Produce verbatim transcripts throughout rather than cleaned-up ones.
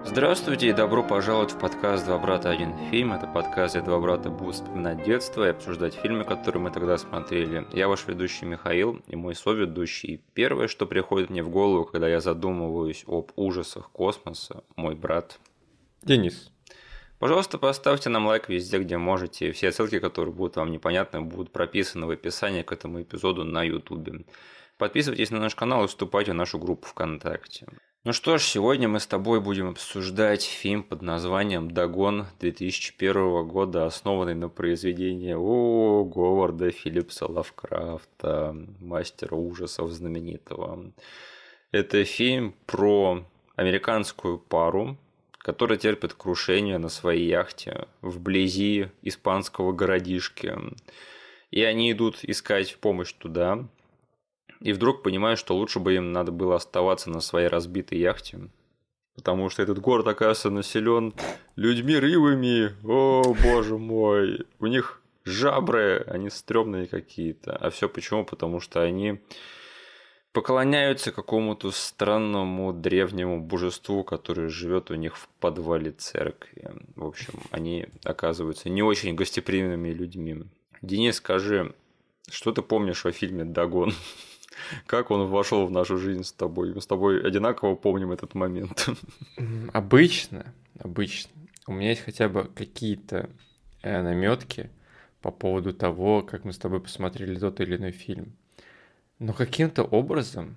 Здравствуйте и добро пожаловать в подкаст «Два брата. Один фильм». Это подкаст, где два брата будут вспоминать детство и обсуждать фильмы, которые мы тогда смотрели. Я ваш ведущий Михаил и мой соведущий. Первое, что приходит мне в голову, когда я задумываюсь об ужасах космоса, мой брат Денис. Пожалуйста, поставьте нам лайк везде, где можете. Все ссылки, которые будут вам непонятны, будут прописаны в описании к этому эпизоду на YouTube. Подписывайтесь на наш канал и вступайте в нашу группу ВКонтакте. Ну что ж, сегодня мы с тобой будем обсуждать фильм под названием «Дагон» две тысячи первого года, основанный на произведении о Говарда Филлипса Лавкрафта, мастера ужасов знаменитого. Это фильм про американскую пару, которая терпит крушение на своей яхте вблизи испанского городишки. И они идут искать помощь туда. И вдруг понимают, что лучше бы им надо было оставаться на своей разбитой яхте. Потому что этот город, оказывается, населен людьми рыбами. О, боже мой. У них жабры, они стрёмные какие-то. А все почему? Потому что они поклоняются какому-то странному древнему божеству, которое живет у них в подвале церкви. В общем, они оказываются не очень гостеприимными людьми. Денис, скажи, что ты помнишь о фильме «Дагон»? Как он вошел в нашу жизнь с тобой? Мы с тобой одинаково помним этот момент. Обычно, обычно. У меня есть хотя бы какие-то э, наметки по поводу того, как мы с тобой посмотрели тот или иной фильм. Но каким-то образом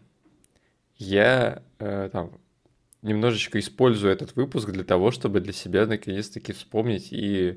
я э, там немножечко использую этот выпуск для того, чтобы для себя наконец-таки вспомнить и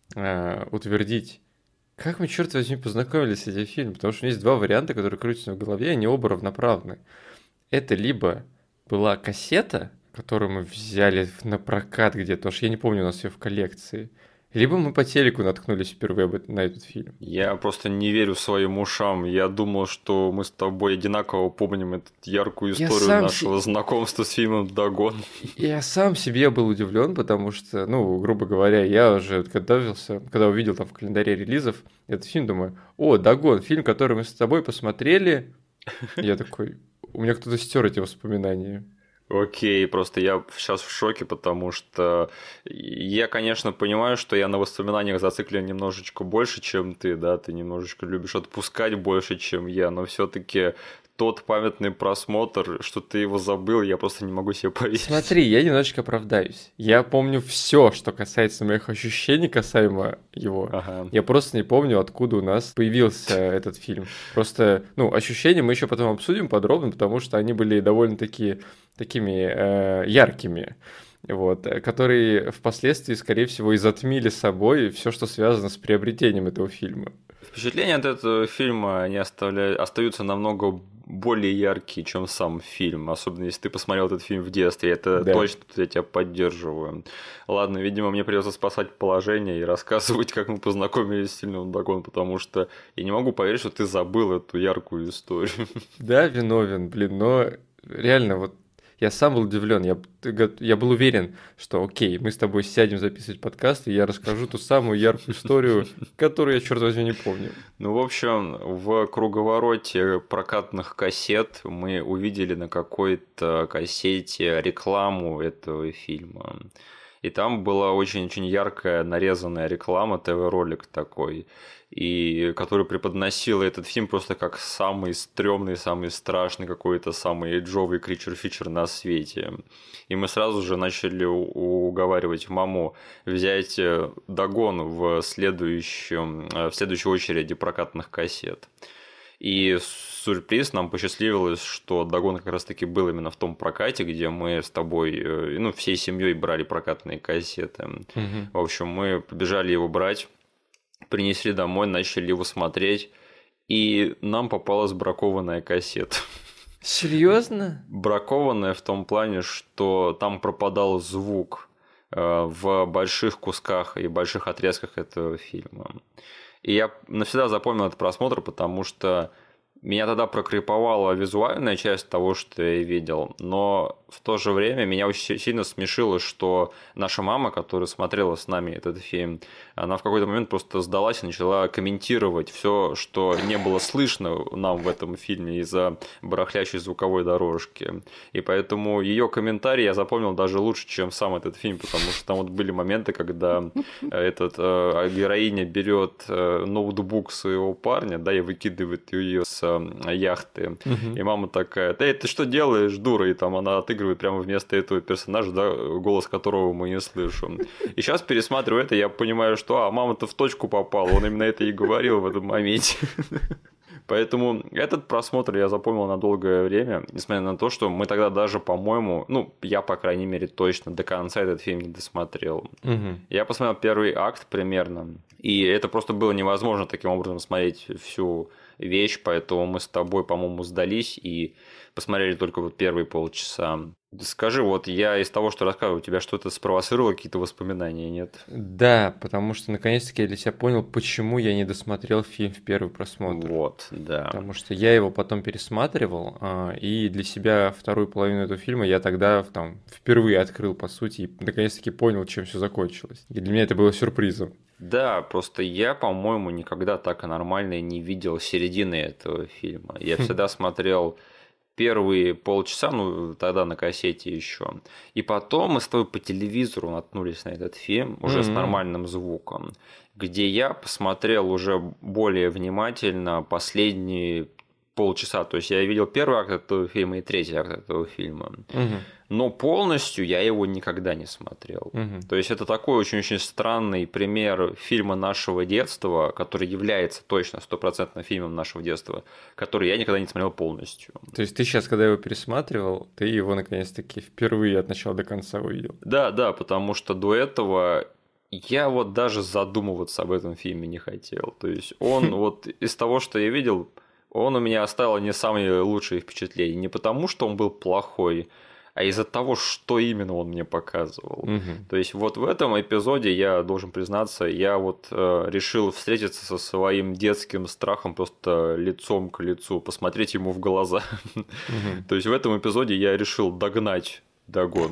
э, утвердить, как мы, черт возьми, познакомились с этим фильмом. Потому что у меня есть два варианта, которые крутятся в голове, они оба равноправны. Это либо была кассета, которую мы взяли на прокат где-то, уж я не помню, у нас ее в коллекции, либо мы по телеку наткнулись впервые на этот фильм. Я просто не верю своим ушам. Я думал, что мы с тобой одинаково помним эту яркую историю нашего си... знакомства с фильмом «Дагон». Я сам себе был удивлен, потому что, ну, грубо говоря, я уже готовился, когда увидел там в календаре релизов этот фильм, думаю, о, «Дагон», фильм, который мы с тобой посмотрели. Я такой, у меня кто-то стер эти воспоминания. Окей, просто я сейчас в шоке, потому что я, конечно, понимаю, что я на воспоминаниях зациклен немножечко больше, чем ты, да, ты немножечко любишь отпускать больше, чем я, но все-таки тот памятный просмотр, что ты его забыл, я просто не могу себе поверить. Смотри, я немножечко оправдаюсь. Я помню все, что касается моих ощущений касаемо его. Ага. Я просто не помню, откуда у нас появился этот фильм. Просто, ну, ощущения мы еще потом обсудим подробно, потому что они были довольно-таки такими э, яркими. Вот, которые впоследствии, скорее всего, и затмили собой все, что связано с приобретением этого фильма. Впечатления от этого фильма они оставляют, остаются намного более яркие, чем сам фильм. Особенно, если ты посмотрел этот фильм в детстве. Это да. Точно я тебя поддерживаю. Ладно, видимо, мне придется спасать положение и рассказывать, как мы познакомились с фильмом «Дагон», потому что я не могу поверить, что ты забыл эту яркую историю. Да, виновен, блин, но реально вот я сам был удивлен, я, я был уверен, что окей, мы с тобой сядем записывать подкаст, и я расскажу ту самую яркую историю, которую я, черт возьми, не помню. Ну, в общем, в круговороте прокатных кассет мы увидели на какой-то кассете рекламу этого фильма. И там была очень-очень яркая нарезанная реклама, ТВ-ролик такой, и который преподносил этот фильм просто как самый стрёмный, самый страшный, какой-то самый эйджовый кричер-фичер на свете. И мы сразу же начали уговаривать маму взять «Дагон» в, следующем, в следующей очереди прокатных кассет. И сюрприз, нам посчастливилось, что «Дагон» как раз-таки был именно в том прокате, где мы с тобой, ну, всей семьей брали прокатные кассеты. Угу. В общем, мы побежали его брать, принесли домой, начали его смотреть, и нам попалась бракованная кассета. Серьезно? Бракованная в том плане, что там пропадал звук в больших кусках и больших отрезках этого фильма. И я навсегда запомнил этот просмотр, потому что Меня тогда прокриповала визуальная часть того, что я видел, но в то же время меня очень сильно смешило, что наша мама, которая смотрела с нами этот фильм, она в какой-то момент просто сдалась и начала комментировать все, что не было слышно нам в этом фильме из-за барахлящей звуковой дорожки. И поэтому ее комментарий я запомнил даже лучше, чем сам этот фильм, потому что там вот были моменты, когда этот, э, героиня берет э, ноутбук своего парня, да, и выкидывает ее с яхты. Uh-huh. И мама такая: эй, ты что делаешь, дура? И там она отыгрывает прямо вместо этого персонажа, да, голос которого мы не слышим. И сейчас, пересматривая это, я понимаю, что а, мама-то в точку попала. Он именно это и говорил в этом моменте. Поэтому этот просмотр я запомнил на долгое время, несмотря на то, что мы тогда даже, по-моему, ну, я, по крайней мере, точно до конца этот фильм не досмотрел. Угу. Я посмотрел первый акт примерно, и это просто было невозможно таким образом смотреть всю вещь, поэтому мы с тобой, по-моему, сдались и посмотрели только вот первые полчаса. Скажи, вот я из того, что рассказываю, у тебя что-то спровоцировало, какие-то воспоминания, нет? Да, потому что наконец-таки я для себя понял, почему я не досмотрел фильм в первый просмотр. Вот, да. Потому что я его потом пересматривал, и для себя вторую половину этого фильма я тогда там впервые открыл, по сути, и наконец-таки понял, чем все закончилось. И для меня это было сюрпризом. Да, просто я, по-моему, никогда так нормально не видел середины этого фильма. Я всегда смотрел первые полчаса, ну, тогда на кассете еще. И потом мы с тобой по телевизору наткнулись на этот фильм, уже mm-hmm. с нормальным звуком, где я посмотрел уже более внимательно последние полчаса. То есть я видел первый акт этого фильма и третий акт этого фильма. Mm-hmm. Но полностью я его никогда не смотрел. Угу. То есть это такой очень-очень странный пример фильма нашего детства, который является точно стопроцентно фильмом нашего детства, который я никогда не смотрел полностью. То есть ты сейчас, когда его пересматривал, ты его наконец-таки впервые от начала до конца увидел? Да, да, потому что до этого я вот даже задумываться об этом фильме не хотел. То есть он вот из того, что я видел, он у меня оставил не самые лучшие впечатления. Не потому, что он был плохой, а из-за того, что именно он мне показывал. Угу. То есть вот в этом эпизоде, я должен признаться, я вот э, решил встретиться со своим детским страхом просто лицом к лицу, посмотреть ему в глаза. Угу. То есть в этом эпизоде я решил догнать Дагона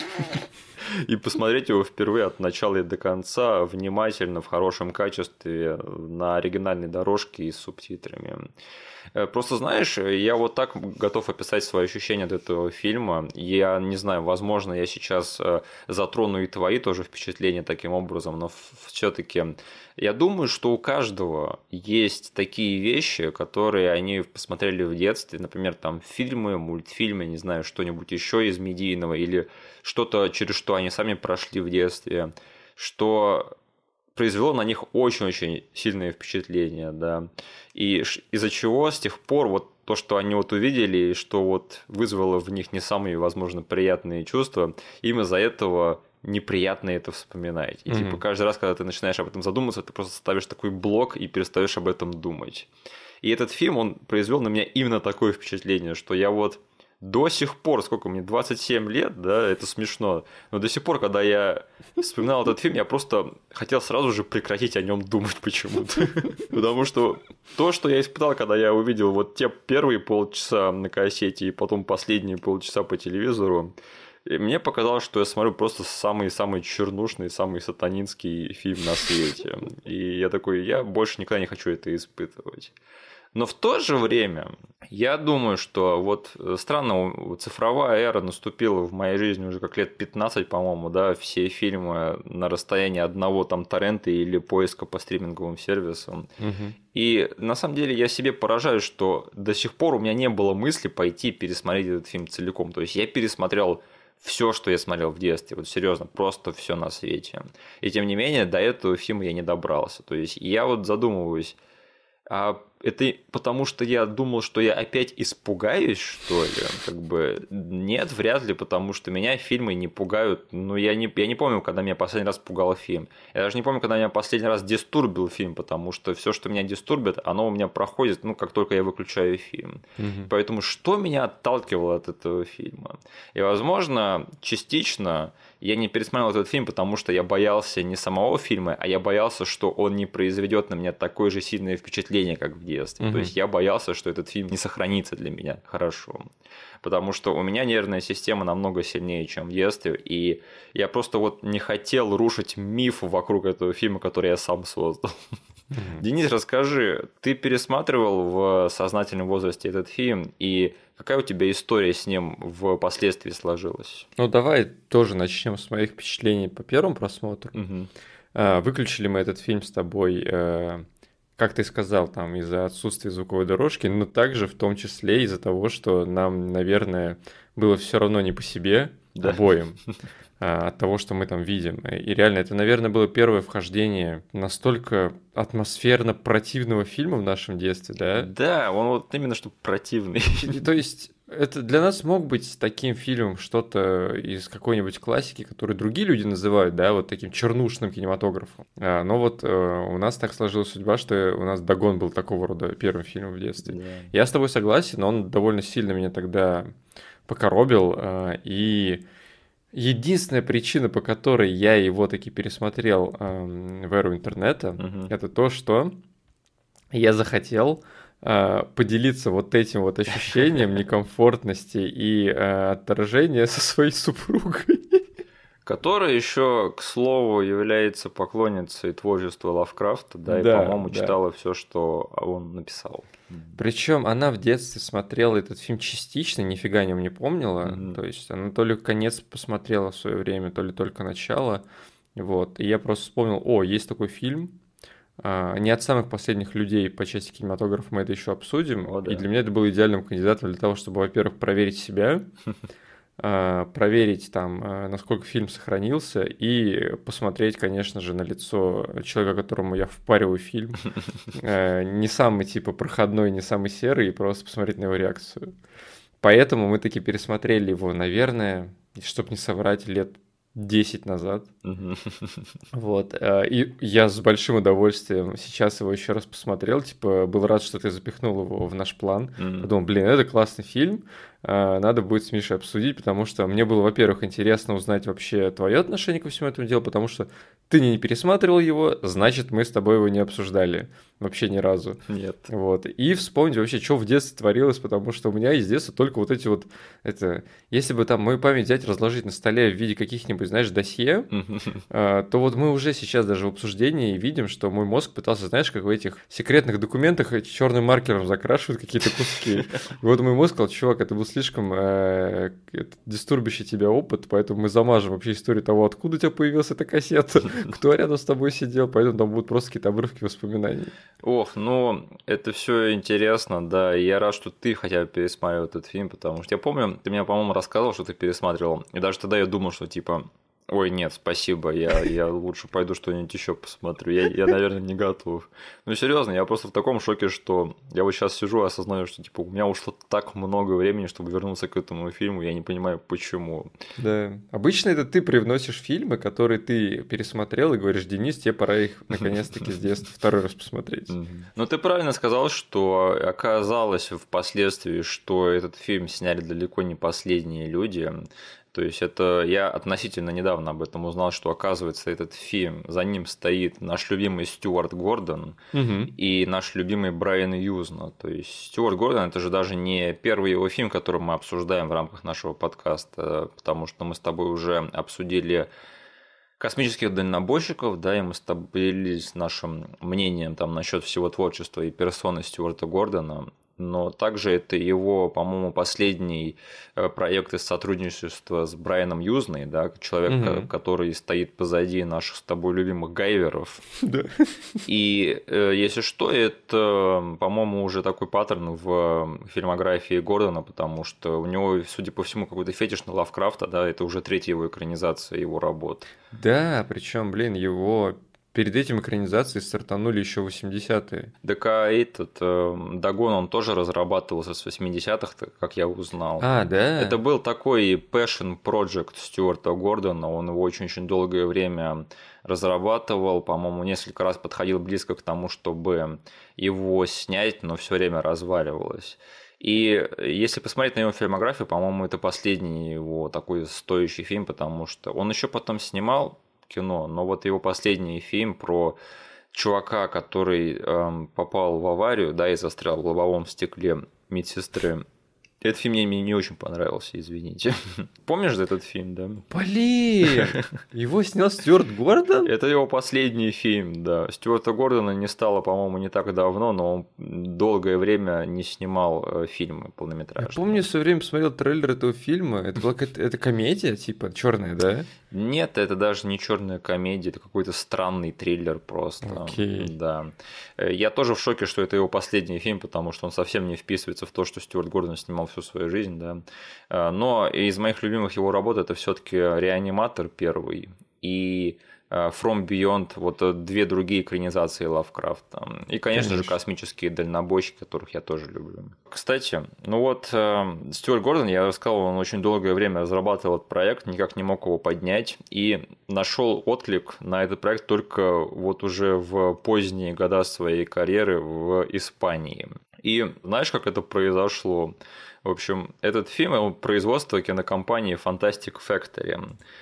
и посмотреть его впервые от начала и до конца внимательно, в хорошем качестве, на оригинальной дорожке и с субтитрами. Просто, знаешь, я вот так готов описать свои ощущения от этого фильма. Я не знаю, возможно, я сейчас затрону и твои тоже впечатления таким образом, но все-таки я думаю, что у каждого есть такие вещи, которые они посмотрели в детстве, например, там фильмы, мультфильмы, не знаю, что-нибудь еще из медийного или что-то, через что они сами прошли в детстве, что произвело на них очень-очень сильное впечатление, да, и из-за чего с тех пор вот то, что они вот увидели, и что вот вызвало в них не самые, возможно, приятные чувства, им из-за этого неприятно это вспоминать. И mm-hmm. типа каждый раз, когда ты начинаешь об этом задумываться, ты просто ставишь такой блок и перестаешь об этом думать. И этот фильм, он произвел на меня именно такое впечатление, что я вот до сих пор, сколько мне, двадцать семь лет, да, это смешно, но до сих пор, когда я вспоминал этот фильм, я просто хотел сразу же прекратить о нем думать почему-то. Потому что то, что я испытал, когда я увидел вот те первые полчаса на кассете и потом последние полчаса по телевизору, мне показалось, что я смотрю просто самый-самый чернушный, самый сатанинский фильм на свете. И я такой, я больше никогда не хочу это испытывать. Но в то же время я думаю, что вот странно, цифровая эра наступила в моей жизни уже как лет пятнадцать, по-моему, да, все фильмы на расстоянии одного там торрента или поиска по стриминговым сервисам. Угу. И на самом деле я себе поражаюсь, что до сих пор у меня не было мысли пойти пересмотреть этот фильм целиком. То есть я пересмотрел все, что я смотрел в детстве, вот серьезно, просто все на свете. И тем не менее, до этого фильма я не добрался. То есть я вот задумываюсь, а это потому, что я думал, что я опять испугаюсь, что ли? Как бы нет, вряд ли, потому что меня фильмы не пугают. Ну, я не, я не помню, когда меня последний раз пугал фильм. Я даже не помню, когда меня последний раз дистурбил фильм, потому что все, что меня дистурбит, оно у меня проходит, ну, как только я выключаю фильм. Угу. Поэтому что меня отталкивало от этого фильма? И, возможно, частично я не пересмотрел этот фильм, потому что я боялся не самого фильма, а я боялся, что он не произведет на меня такое же сильное впечатление, как в детстве. Мгм. То есть я боялся, что этот фильм не сохранится для меня хорошо. Потому что у меня нервная система намного сильнее, чем в детстве, и я просто вот не хотел рушить миф вокруг этого фильма, который я сам создал. Мгм. Денис, расскажи, ты пересматривал в сознательном возрасте этот фильм, и какая у тебя история с ним впоследствии сложилась? Ну, давай тоже начнем с моих впечатлений по первому просмотру. Мгм. А, Выключили мы этот фильм с тобой, э, как ты сказал, там из-за отсутствия звуковой дорожки, но также в том числе из-за того, что нам, наверное, было все равно не по себе Да. обоим а, от того, что мы там видим. И реально, это, наверное, было первое вхождение настолько атмосферно противного фильма в нашем детстве, да? Да, он вот именно что противный. И то есть это для нас мог быть таким фильмом что-то из какой-нибудь классики, который другие люди называют, да, вот таким чернушным кинематографом. А, но вот э, у нас так сложилась судьба, что у нас «Дагон» был такого рода первым фильмом в детстве. Да. Я с тобой согласен, но он довольно сильно меня тогда покоробил, э, и единственная причина, по которой я его таки пересмотрел э, в эру интернета, Мгм. это то, что я захотел э, поделиться вот этим вот ощущением некомфортности и э, отторжения со своей супругой. Которая еще, к слову, является поклонницей творчества Лавкрафта, да, и, Да, по-моему, да. читала все, что он написал. Причем она в детстве смотрела этот фильм частично, нифига о нем не помнила. Мгм. То есть она то ли конец посмотрела в свое время, то ли только начало. Вот. И я просто вспомнил, о, есть такой фильм. А, не от самых последних людей по части кинематографа мы это еще обсудим. О, да. И для меня это был идеальным кандидатом для того, чтобы, во-первых, проверить себя, а, проверить там, а, насколько фильм сохранился, и посмотреть, конечно же, на лицо человека, которому я впариваю фильм. Э, Не самый типа проходной, не самый серый, и просто посмотреть на его реакцию. Поэтому мы таки пересмотрели его, наверное, чтобы не соврать, лет десять назад. Мгм. Вот. э, И я с большим удовольствием сейчас его еще раз посмотрел. Типа, был рад, что ты запихнул его в наш план. Мгм. Подумал, блин, это классный фильм. э, Надо будет с Мишей обсудить, потому что мне было, во-первых, интересно узнать вообще твое отношение ко всему этому делу, потому что ты не пересматривал его, значит, мы с тобой его не обсуждали вообще ни разу. Нет. Вот. И вспомнить вообще, что в детстве творилось, потому что у меня из детства только вот эти вот... Это, если бы там мою память взять, разложить на столе в виде каких-нибудь, знаешь, досье, Мгм. а, то вот мы уже сейчас даже в обсуждении видим, что мой мозг пытался, знаешь, как в этих секретных документах черным маркером закрашивают какие-то куски. И вот мой мозг сказал, чувак, это был слишком э, это дистурбящий тебя опыт, поэтому мы замажем вообще историю того, откуда у тебя появилась эта кассета, кто рядом с тобой сидел, поэтому там будут просто какие-то обрывки воспоминаний. Ох, ну, это все интересно, да, и я рад, что ты хотя бы пересматривал этот фильм, потому что я помню, ты мне, по-моему, рассказывал, что ты пересматривал, и даже тогда я думал, что типа, ой, нет, спасибо, я, я лучше пойду что-нибудь еще посмотрю, я, я, наверное, не готов. Ну, серьезно, я просто в таком шоке, что я вот сейчас сижу и осознаю, что типа у меня ушло так много времени, чтобы вернуться к этому фильму, я не понимаю, почему. Да. Обычно это ты привносишь фильмы, которые ты пересмотрел, и говоришь, Денис, тебе пора их наконец-таки с детства второй раз посмотреть. Ну, ты правильно сказал, что оказалось впоследствии, что этот фильм сняли далеко не последние люди. То есть это я относительно недавно об этом узнал, что оказывается этот фильм, за ним стоит наш любимый Стюарт Гордон Мгм. и наш любимый Брайан Юзна. То есть Стюарт Гордон это же даже не первый его фильм, который мы обсуждаем в рамках нашего подкаста, потому что мы с тобой уже обсудили космических дальнобойщиков, да, и мы с тобой поделились нашим мнением там насчет всего творчества и персоны Стюарта Гордона. Но также это его, по-моему, последний э, проект из сотрудничества с Брайаном Юзной, да, человек, Мгм. ко- который стоит позади наших с тобой любимых гайверов. Да. И э, если что, это, по-моему, уже такой паттерн в фильмографии Гордона, потому что у него, судя по всему, какой-то фетиш на Лавкрафта, да, это уже третья его экранизация его работ. Да, причем, блин, его перед этим экранизацией стартанули еще восьмидесятые. ДК этот э, Дагон, он тоже разрабатывался с восьмидесятых, как я узнал. А, да? Это был такой passion project Стюарта Гордона, он его очень-очень долгое время разрабатывал, по-моему, несколько раз подходил близко к тому, чтобы его снять, но все время разваливалось. И если посмотреть на его фильмографию, по-моему, это последний его такой стоящий фильм, потому что он еще потом снимал кино, но вот его последний фильм про чувака, который эм, попал в аварию, да, и застрял в лобовом стекле медсестры. Этот фильм мне не очень понравился, извините. Помнишь этот фильм, да? Блин! Его снял Стюарт Гордон? Это его последний фильм, да. Стюарта Гордона не стало, по-моему, не так давно, но он долгое время не снимал фильмы полнометражные. Я помню, в свое время посмотрел трейлер этого фильма. Это была какая-то это комедия, типа, черная, да? Нет, это даже не черная комедия, это какой-то странный триллер просто. Окей. Да. Я тоже в шоке, что это его последний фильм, потому что он совсем не вписывается в то, что Стюарт Гордон снимал всю свою жизнь, да. Но из моих любимых его работ это все-таки «Реаниматор» первый и From Beyond, вот две другие экранизации Лавкрафта. И, конечно, конечно же, «Космические дальнобойщики», которых я тоже люблю. Кстати, ну вот Стюарт Гордон, я рассказал, он очень долгое время разрабатывал этот проект, никак не мог его поднять, и нашел отклик на этот проект только вот уже в поздние года своей карьеры в Испании. И знаешь, как это произошло? В общем, этот фильм – это производство кинокомпании Fantastic Factory.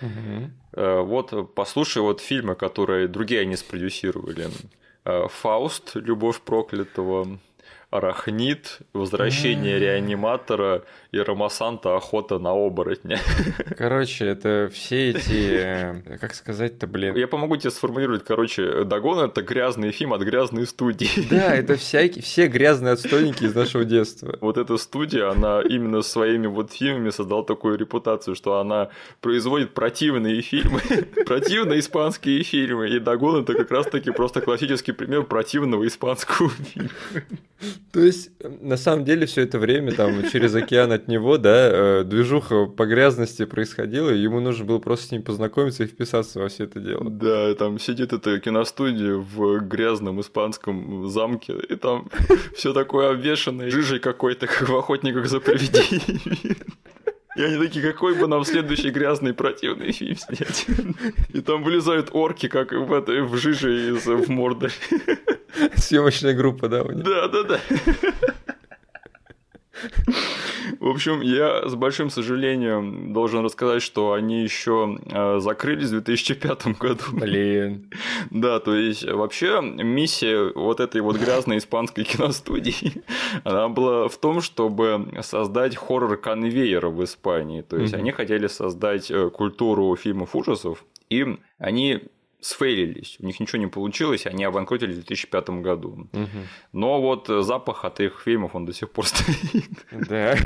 Угу. Вот послушай вот фильмы, которые другие они спродюсировали. «Фауст. Любовь проклятого», «Арахнид», «Возвращение реаниматора» и «Ромасанта. Охота на оборотня». Короче, это все эти... Как сказать-то, блин? Я помогу тебе сформулировать. Короче, «Дагон» — это грязный фильм от грязной студии. Да, это всякие, все грязные отстойники из нашего детства. Вот эта студия, она именно своими вот фильмами создала такую репутацию, что она производит противные фильмы, противные испанские фильмы. И «Дагон» — это как раз-таки просто классический пример противного испанского фильма. То есть, на самом деле, все это время, там, через океан от него, да, движуха по грязности происходила, и ему нужно было просто с ним познакомиться и вписаться во все это дело. Да, там сидит эта киностудия в грязном испанском замке, и там все такое обвешанное жижей какой-то, как в «Охотниках за привидениями». И они такие, какой бы нам следующий грязный противный фильм снять? И там вылезают орки, как в, этой, в жиже из в Мордоре. Съемочная группа, да, у них? Да, да, да. В общем, я с большим сожалением должен рассказать, что они еще закрылись в две тысячи пятом году. Блин. Да, то есть вообще миссия вот этой вот грязной испанской киностудии, она была в том, чтобы создать хоррор-конвейер в Испании. То есть mm-hmm. они хотели создать культуру фильмов ужасов, и они сфейлились, у них ничего не получилось, они обанкротились в две тысячи пятом году. Угу. Но вот запах от их фильмов, он до сих пор стоит. Да.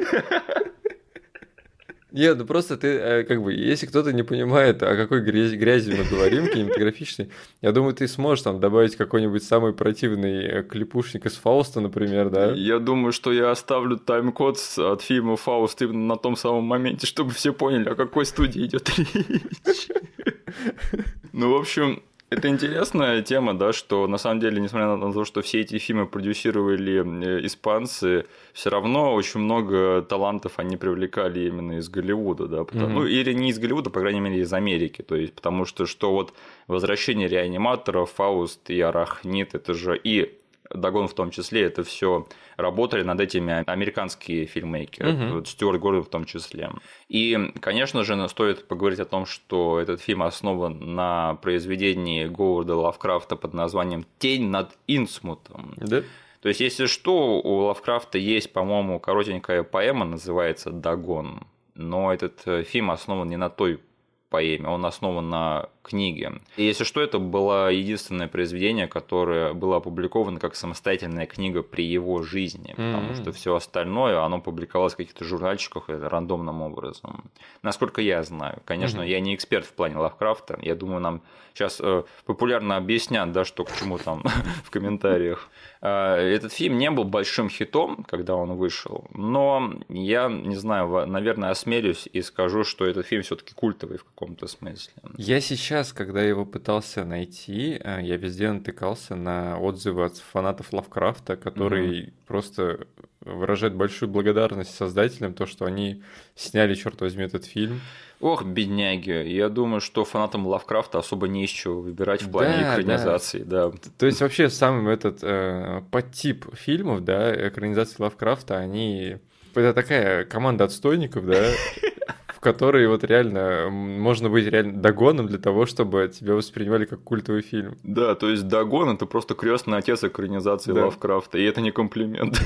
Нет, ну просто ты, как бы, если кто-то не понимает, о какой грязи, грязи мы говорим, кинематографичной, я думаю, ты сможешь там добавить какой-нибудь самый противный клипушник из «Фауста», например, да? Я думаю, что я оставлю тайм-код от фильма «Фауст» именно на том самом моменте, чтобы все поняли, о какой студии идет речь. Ну, в общем, это интересная тема, да, что на самом деле, несмотря на то, что все эти фильмы продюсировали испанцы, все равно очень много талантов они привлекали именно из Голливуда, да, потому, mm-hmm. ну, или не из Голливуда, по крайней мере, из Америки, то есть, потому что, что вот «Возвращение реаниматора», «Фауст» и «Арахнид» — это же и «Дагон» в том числе, это все работали над этими американские фильммейкеры, uh-huh. вот Стюарт Гордон в том числе. И, конечно же, стоит поговорить о том, что этот фильм основан на произведении Говарда Лавкрафта под названием «Тень над Инсмутом». Да. То есть, если что, у Лавкрафта есть, по-моему, коротенькая поэма, называется «Дагон», но этот фильм основан не на той поэме, он основан на книге. И если что, это было единственное произведение, которое было опубликовано как самостоятельная книга при его жизни, потому mm-hmm. что все остальное, оно публиковалось в каких-то журнальчиках рандомным образом. Насколько я знаю. Конечно, mm-hmm. я не эксперт в плане Лавкрафта, я думаю, нам сейчас э, популярно объяснят, да, что к чему там в комментариях. Этот фильм не был большим хитом, когда он вышел, но я, не знаю, наверное, осмелюсь и скажу, что этот фильм все-таки культовый в каком-то смысле. Я сейчас, когда его пытался найти, я везде натыкался на отзывы от фанатов Лавкрафта, которые mm-hmm. просто выражают большую благодарность создателям, то, что они сняли, черт возьми, этот фильм. Ох, бедняги, я думаю, что фанатам Лавкрафта особо не из чего выбирать в плане да, экранизации, да. да. То есть вообще сам этот э, подтип фильмов, да, экранизации Лавкрафта, они... Это такая команда отстойников, да, в который вот реально можно быть реально Дагоном для того, чтобы тебя воспринимали как культовый фильм. Да, то есть Дагон — это просто крестный отец экранизации да. Лавкрафта, и это не комплимент.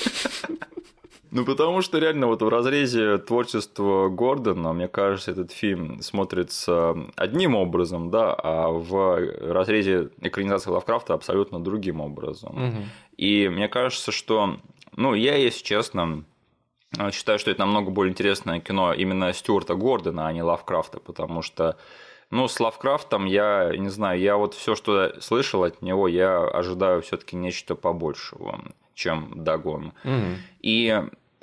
Ну, потому что реально вот в разрезе творчества Гордона, мне кажется, этот фильм смотрится одним образом, да, а в разрезе экранизации Лавкрафта абсолютно другим образом. Угу. И мне кажется, что, ну, я, если честно, считаю, что это намного более интересное кино именно Стюарта Гордона, а не Лавкрафта, потому что, ну, с Лавкрафтом я, не знаю, я вот все, что слышал от него, я ожидаю все-таки нечто побольшего, чем Дагон. Угу. И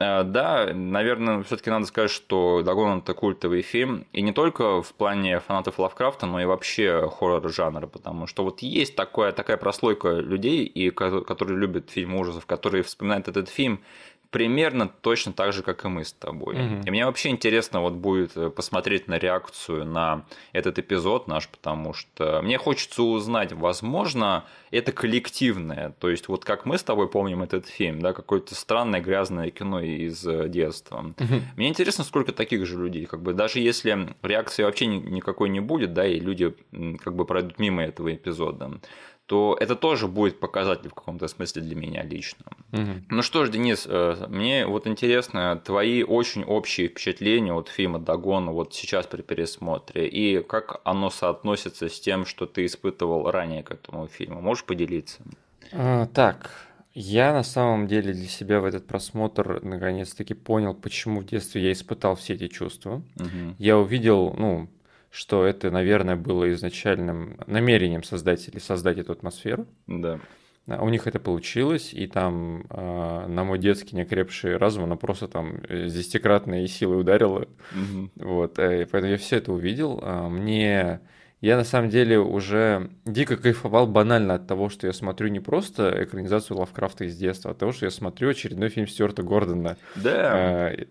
да, наверное, все-таки надо сказать, что Дагон — это культовый фильм, и не только в плане фанатов Лавкрафта, но и вообще хоррор-жанра, потому что вот есть такое, такая прослойка людей, и, которые любят фильмы ужасов, которые вспоминают этот фильм примерно точно так же, как и мы с тобой. Mm-hmm. И мне вообще интересно вот будет посмотреть на реакцию на этот эпизод наш, потому что мне хочется узнать, возможно, это коллективное, то есть вот как мы с тобой помним этот фильм, да, какое-то странное грязное кино из детства. Mm-hmm. Мне интересно, сколько таких же людей, как бы даже если реакции вообще никакой не будет, да, и люди как бы пройдут мимо этого эпизода, то это тоже будет показатель в каком-то смысле для меня лично. Угу. Ну что ж, Денис, мне вот интересно твои очень общие впечатления от фильма «Дагон» вот сейчас при пересмотре, и как оно соотносится с тем, что ты испытывал ранее к этому фильму. Можешь поделиться? А, так, я на самом деле для себя в этот просмотр наконец-таки понял, почему в детстве я испытал все эти чувства. Угу. Я увидел, ну, что это, наверное, было изначальным намерением создателей создать эту атмосферу. Да. У них это получилось, и там э, на мой детский неокрепший разум она просто там с десятикратной силой ударила. Угу. Вот, и поэтому я все это увидел. Мне... Я на самом деле уже дико кайфовал банально от того, что я смотрю не просто экранизацию Лавкрафта из детства, а от того, что я смотрю очередной фильм Стюарта Гордона да. э,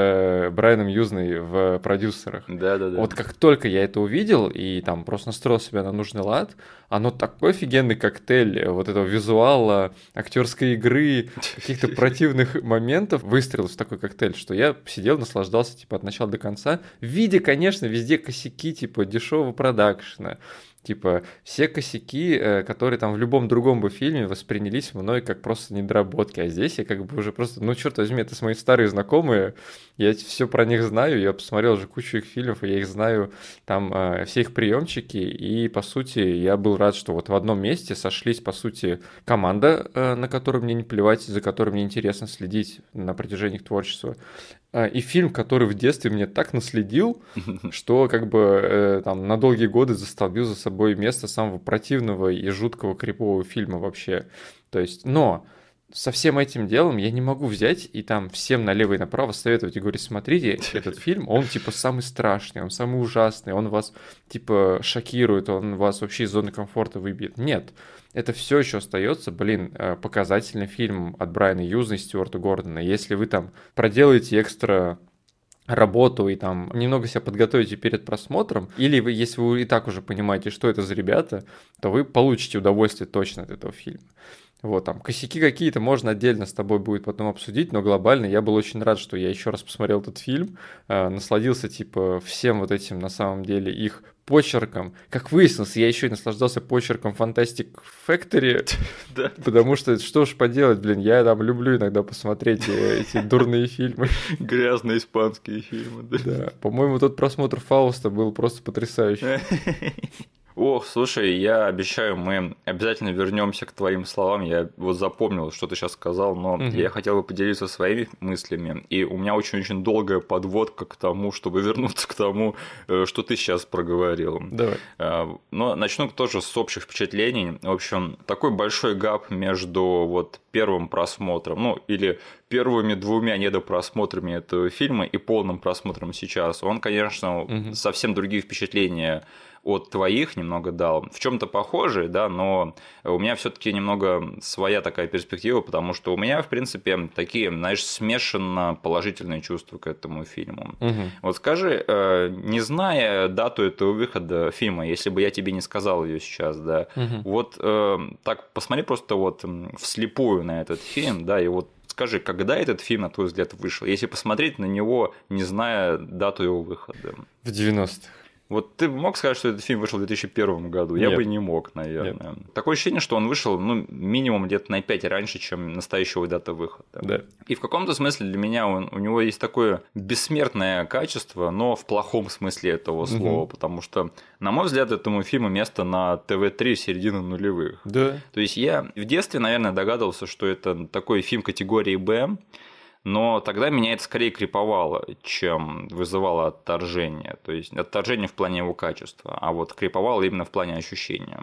с Брайаном Юзной в продюсерах. Да, да, да. Вот как только я это увидел и там просто настроил себя на нужный лад, оно такой офигенный коктейль вот этого визуала, актерской игры, каких-то противных моментов выстрелилось в такой коктейль, что я сидел, наслаждался типа от начала до конца, видя, конечно, везде косяки типа дешевого продакшена, типа все косяки, которые там в любом другом бы фильме воспринялись мной как просто недоработки, а здесь я как бы уже просто, ну черт возьми, это мои старые знакомые, я все про них знаю, я посмотрел уже кучу их фильмов, и я их знаю, там все их приемчики, и по сути я был рад, что вот в одном месте сошлись по сути команда, на которую мне не плевать, за которой мне интересно следить на протяжении их творчества, и фильм, который в детстве мне так наследил, что как бы э, там на долгие годы застолбил за собой место самого противного и жуткого крипового фильма вообще. То есть, но со всем этим делом я не могу взять и там всем налево и направо советовать и говорить, смотрите, этот фильм, он типа самый страшный, он самый ужасный, он вас типа шокирует, он вас вообще из зоны комфорта выбьет. Нет. Это все еще остается, блин, показательный фильм от Брайана Юза и Стюарта Гордона. Если вы там проделаете экстра работу и там немного себя подготовите перед просмотром, или вы, если вы и так уже понимаете, что это за ребята, то вы получите удовольствие точно от этого фильма. Вот, там, косяки какие-то можно отдельно с тобой будет потом обсудить, но глобально я был очень рад, что я еще раз посмотрел этот фильм, э, насладился, типа, всем вот этим, на самом деле, их почерком. Как выяснилось, я еще и наслаждался почерком Fantastic Factory, потому что, что ж поделать, блин, я там люблю иногда посмотреть эти дурные фильмы. Грязные испанские фильмы, да. Да, по-моему, тот просмотр Фауста был просто потрясающий. Ох, слушай, я обещаю, мы обязательно вернемся к твоим словам. Я вот запомнил, что ты сейчас сказал, но угу. я хотел бы поделиться своими мыслями. И у меня очень-очень долгая подводка к тому, чтобы вернуться к тому, что ты сейчас проговорил. Давай. Но начну тоже с общих впечатлений. В общем, такой большой гап между вот первым просмотром, ну или первыми двумя недопросмотрами этого фильма и полным просмотром сейчас. Он, конечно, угу. совсем другие впечатления от твоих немного дал, в чем-то похожие, да, но у меня все-таки немного своя такая перспектива, потому что у меня, в принципе, такие, знаешь, смешанно положительные чувства к этому фильму. Угу. Вот скажи, не зная дату этого выхода фильма, если бы я тебе не сказал ее сейчас, да, угу. вот так посмотри просто вот вслепую на этот фильм, да, и вот скажи, когда этот фильм, на твой взгляд, вышел? Если посмотреть на него, не зная дату его выхода. В девяностых. Вот ты мог сказать, что этот фильм вышел в две тысячи первом году? Нет. Я бы не мог, наверное. Нет. Такое ощущение, что он вышел ну, минимум где-то на пять раньше, чем настоящего дата выхода. Да. И в каком-то смысле для меня он, у него есть такое бессмертное качество, но в плохом смысле этого слова, угу. потому что, на мой взгляд, этому фильму место на тэ вэ три середины нулевых. Да. То есть я в детстве, наверное, догадывался, что это такой фильм категории «Б», но тогда меня это скорее криповало, чем вызывало отторжение. То есть отторжение в плане его качества, а вот криповало именно в плане ощущения.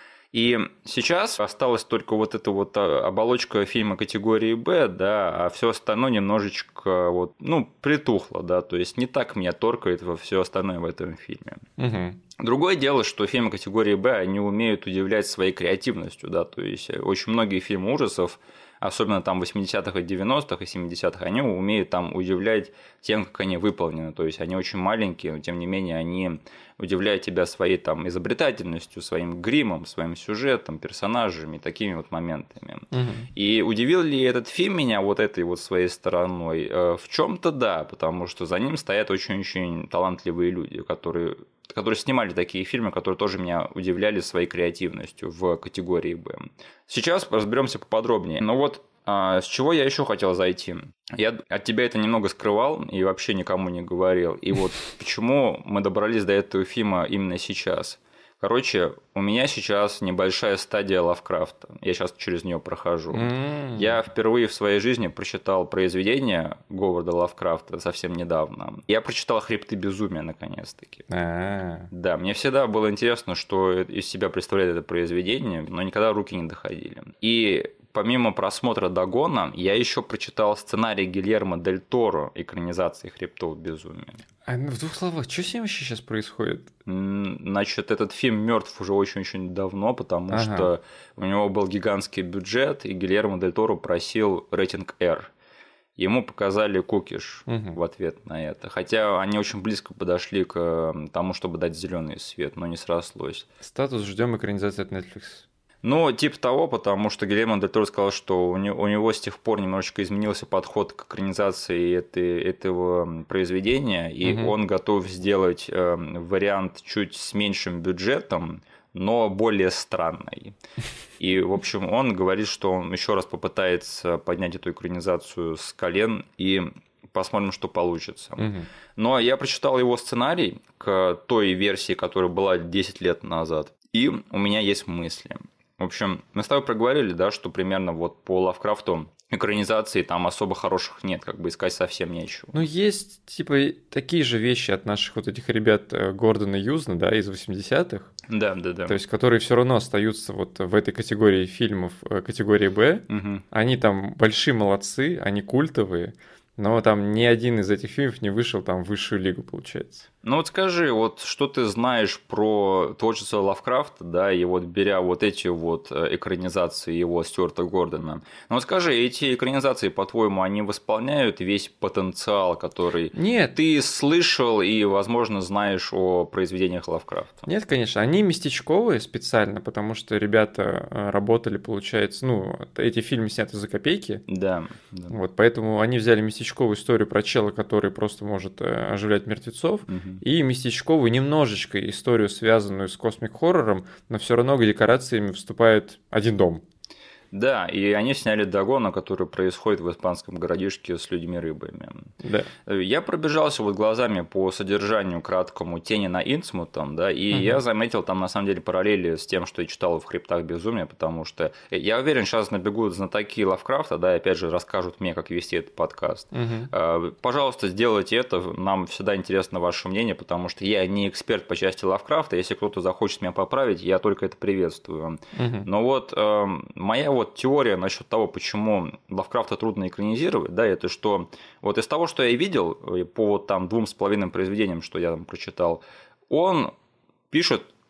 И сейчас осталась только вот эта вот оболочка фильма категории «Б», да, а все остальное немножечко вот, ну, притухло, да, то есть не так меня торкает во все остальное в этом фильме. Угу. Другое дело, что фильмы категории «Б», они умеют удивлять своей креативностью, да, то есть очень многие фильмы ужасов, особенно там в восьмидесятых и девяностых и семидесятых, они умеют там удивлять тем, как они выполнены. То есть они очень маленькие, но тем не менее они удивляют тебя своей там изобретательностью, своим гримом, своим сюжетом, персонажами, такими вот моментами. Угу. И удивил ли этот фильм меня вот этой вот своей стороной? В чем-то да, потому что за ним стоят очень-очень талантливые люди, которые которые снимали такие фильмы, которые тоже меня удивляли своей креативностью в категории «Б». Сейчас разберемся поподробнее. Но вот а, с чего я еще хотел зайти? Я от тебя это немного скрывал и вообще никому не говорил. И вот почему мы добрались до этого фильма именно сейчас? Короче, у меня сейчас небольшая стадия Лавкрафта. Я сейчас через нее прохожу. Mm. Я впервые в своей жизни прочитал произведение Говарда Лавкрафта совсем недавно. Я прочитал «Хребты безумия» наконец-таки. Ah. Да, мне всегда было интересно, что из себя представляет это произведение, но никогда руки не доходили. И помимо просмотра «Дагона», я еще прочитал сценарий Гильермо Дель Торо экранизации «Хребтов безумия». А в двух словах, что с ним вообще сейчас происходит? Значит, этот фильм мертв уже очень-очень давно, потому ага. что у него был гигантский бюджет, и Гильермо Дель Торо просил рейтинг R. Ему показали кукиш угу. в ответ на это. Хотя они очень близко подошли к тому, чтобы дать зеленый свет, но не срослось. Статус ждем экранизации от Netflix. Ну, типа того, потому что Гильермо Дель Торо сказал, что у него, у него с тех пор немножечко изменился подход к экранизации этой, этого произведения, и угу. он готов сделать э, вариант чуть с меньшим бюджетом, но более странный. И, в общем, он говорит, что он еще раз попытается поднять эту экранизацию с колен и посмотрим, что получится. Угу. Но я прочитал его сценарий к той версии, которая была десять лет назад, и у меня есть мысли. В общем, мы с тобой проговорили, да, что примерно вот по Лавкрафту экранизации там особо хороших нет, как бы искать совсем нечего. Ну, есть, типа, такие же вещи от наших вот этих ребят Гордона Юзна, да, из восьмидесятых. Да, да, да. То есть, которые все равно остаются вот в этой категории фильмов, категории «Б». Угу. Они там большие молодцы, они культовые, но там ни один из этих фильмов не вышел там в высшую лигу, получается. Ну вот скажи, вот что ты знаешь про творчество Лавкрафта, да, и вот беря вот эти вот экранизации его Стюарта Гордона. Ну вот скажи, эти экранизации, по-твоему, они восполняют весь потенциал, который Нет. ты слышал и, возможно, знаешь о произведениях Лавкрафта? Нет, конечно, они местечковые специально, потому что ребята работали, получается, ну, эти фильмы сняты за копейки. Да. да. Вот, поэтому они взяли местечковую историю про чела, который просто может оживлять мертвецов. Угу. И местечковую немножечко историю, связанную с космик-хоррором, но все равно к декорациями вступает один дом. Да, и они сняли Дагона, который происходит в испанском городишке с людьми-рыбами. Да. Я пробежался вот глазами по содержанию краткому «Тени на Инсмутом», да, и угу. я заметил там на самом деле параллели с тем, что я читал в «Хребтах безумия», потому что я уверен, сейчас набегут знатоки Лавкрафта, да, и опять же расскажут мне, как вести этот подкаст. Угу. Пожалуйста, сделайте это, нам всегда интересно ваше мнение, потому что я не эксперт по части Лавкрафта, если кто-то захочет меня поправить, я только это приветствую. Угу. Но вот э, моя вот теория насчет того, почему Лавкрафта трудно экранизировать, да, это что вот из того, что я видел по вот там двум с половиной произведениям, что я там прочитал, он пишет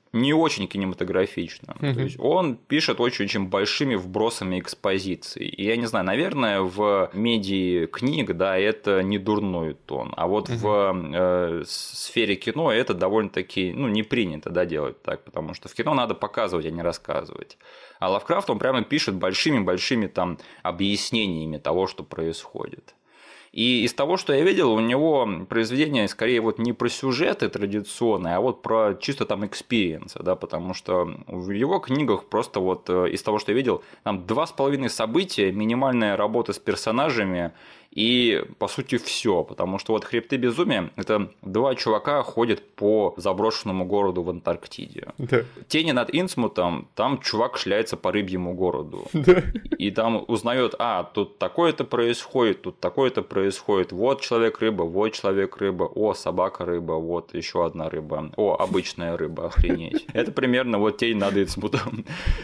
не очень кинематографичным. Mm-hmm. То есть он пишет очень-очень большими вбросами экспозиции. И я не знаю, наверное, в медии книг, да, это не дурной тон. А вот mm-hmm. в э, сфере кино это довольно-таки, ну, не принято, да, делать так, потому что в кино надо показывать, а не рассказывать. А Лавкрафт, он прямо пишет большими-большими там объяснениями того, что происходит. И из того, что я видел, у него произведение скорее вот не про сюжеты традиционные, а вот про чисто там экспириенсы, да, потому что в его книгах просто вот из того, что я видел, там два с половиной события, минимальная работа с персонажами и, по сути, все, потому что вот «Хребты безумия» – это два чувака ходят по заброшенному городу в Антарктиде. Да. «Тени над Инсмутом» – там чувак шляется по рыбьему городу. Да. И там узнает, а, тут такое-то происходит, тут такое-то происходит, вот человек-рыба, вот человек-рыба, о, собака-рыба, вот еще одна рыба, о, обычная рыба, охренеть. Это примерно вот «Тень над Инсмутом».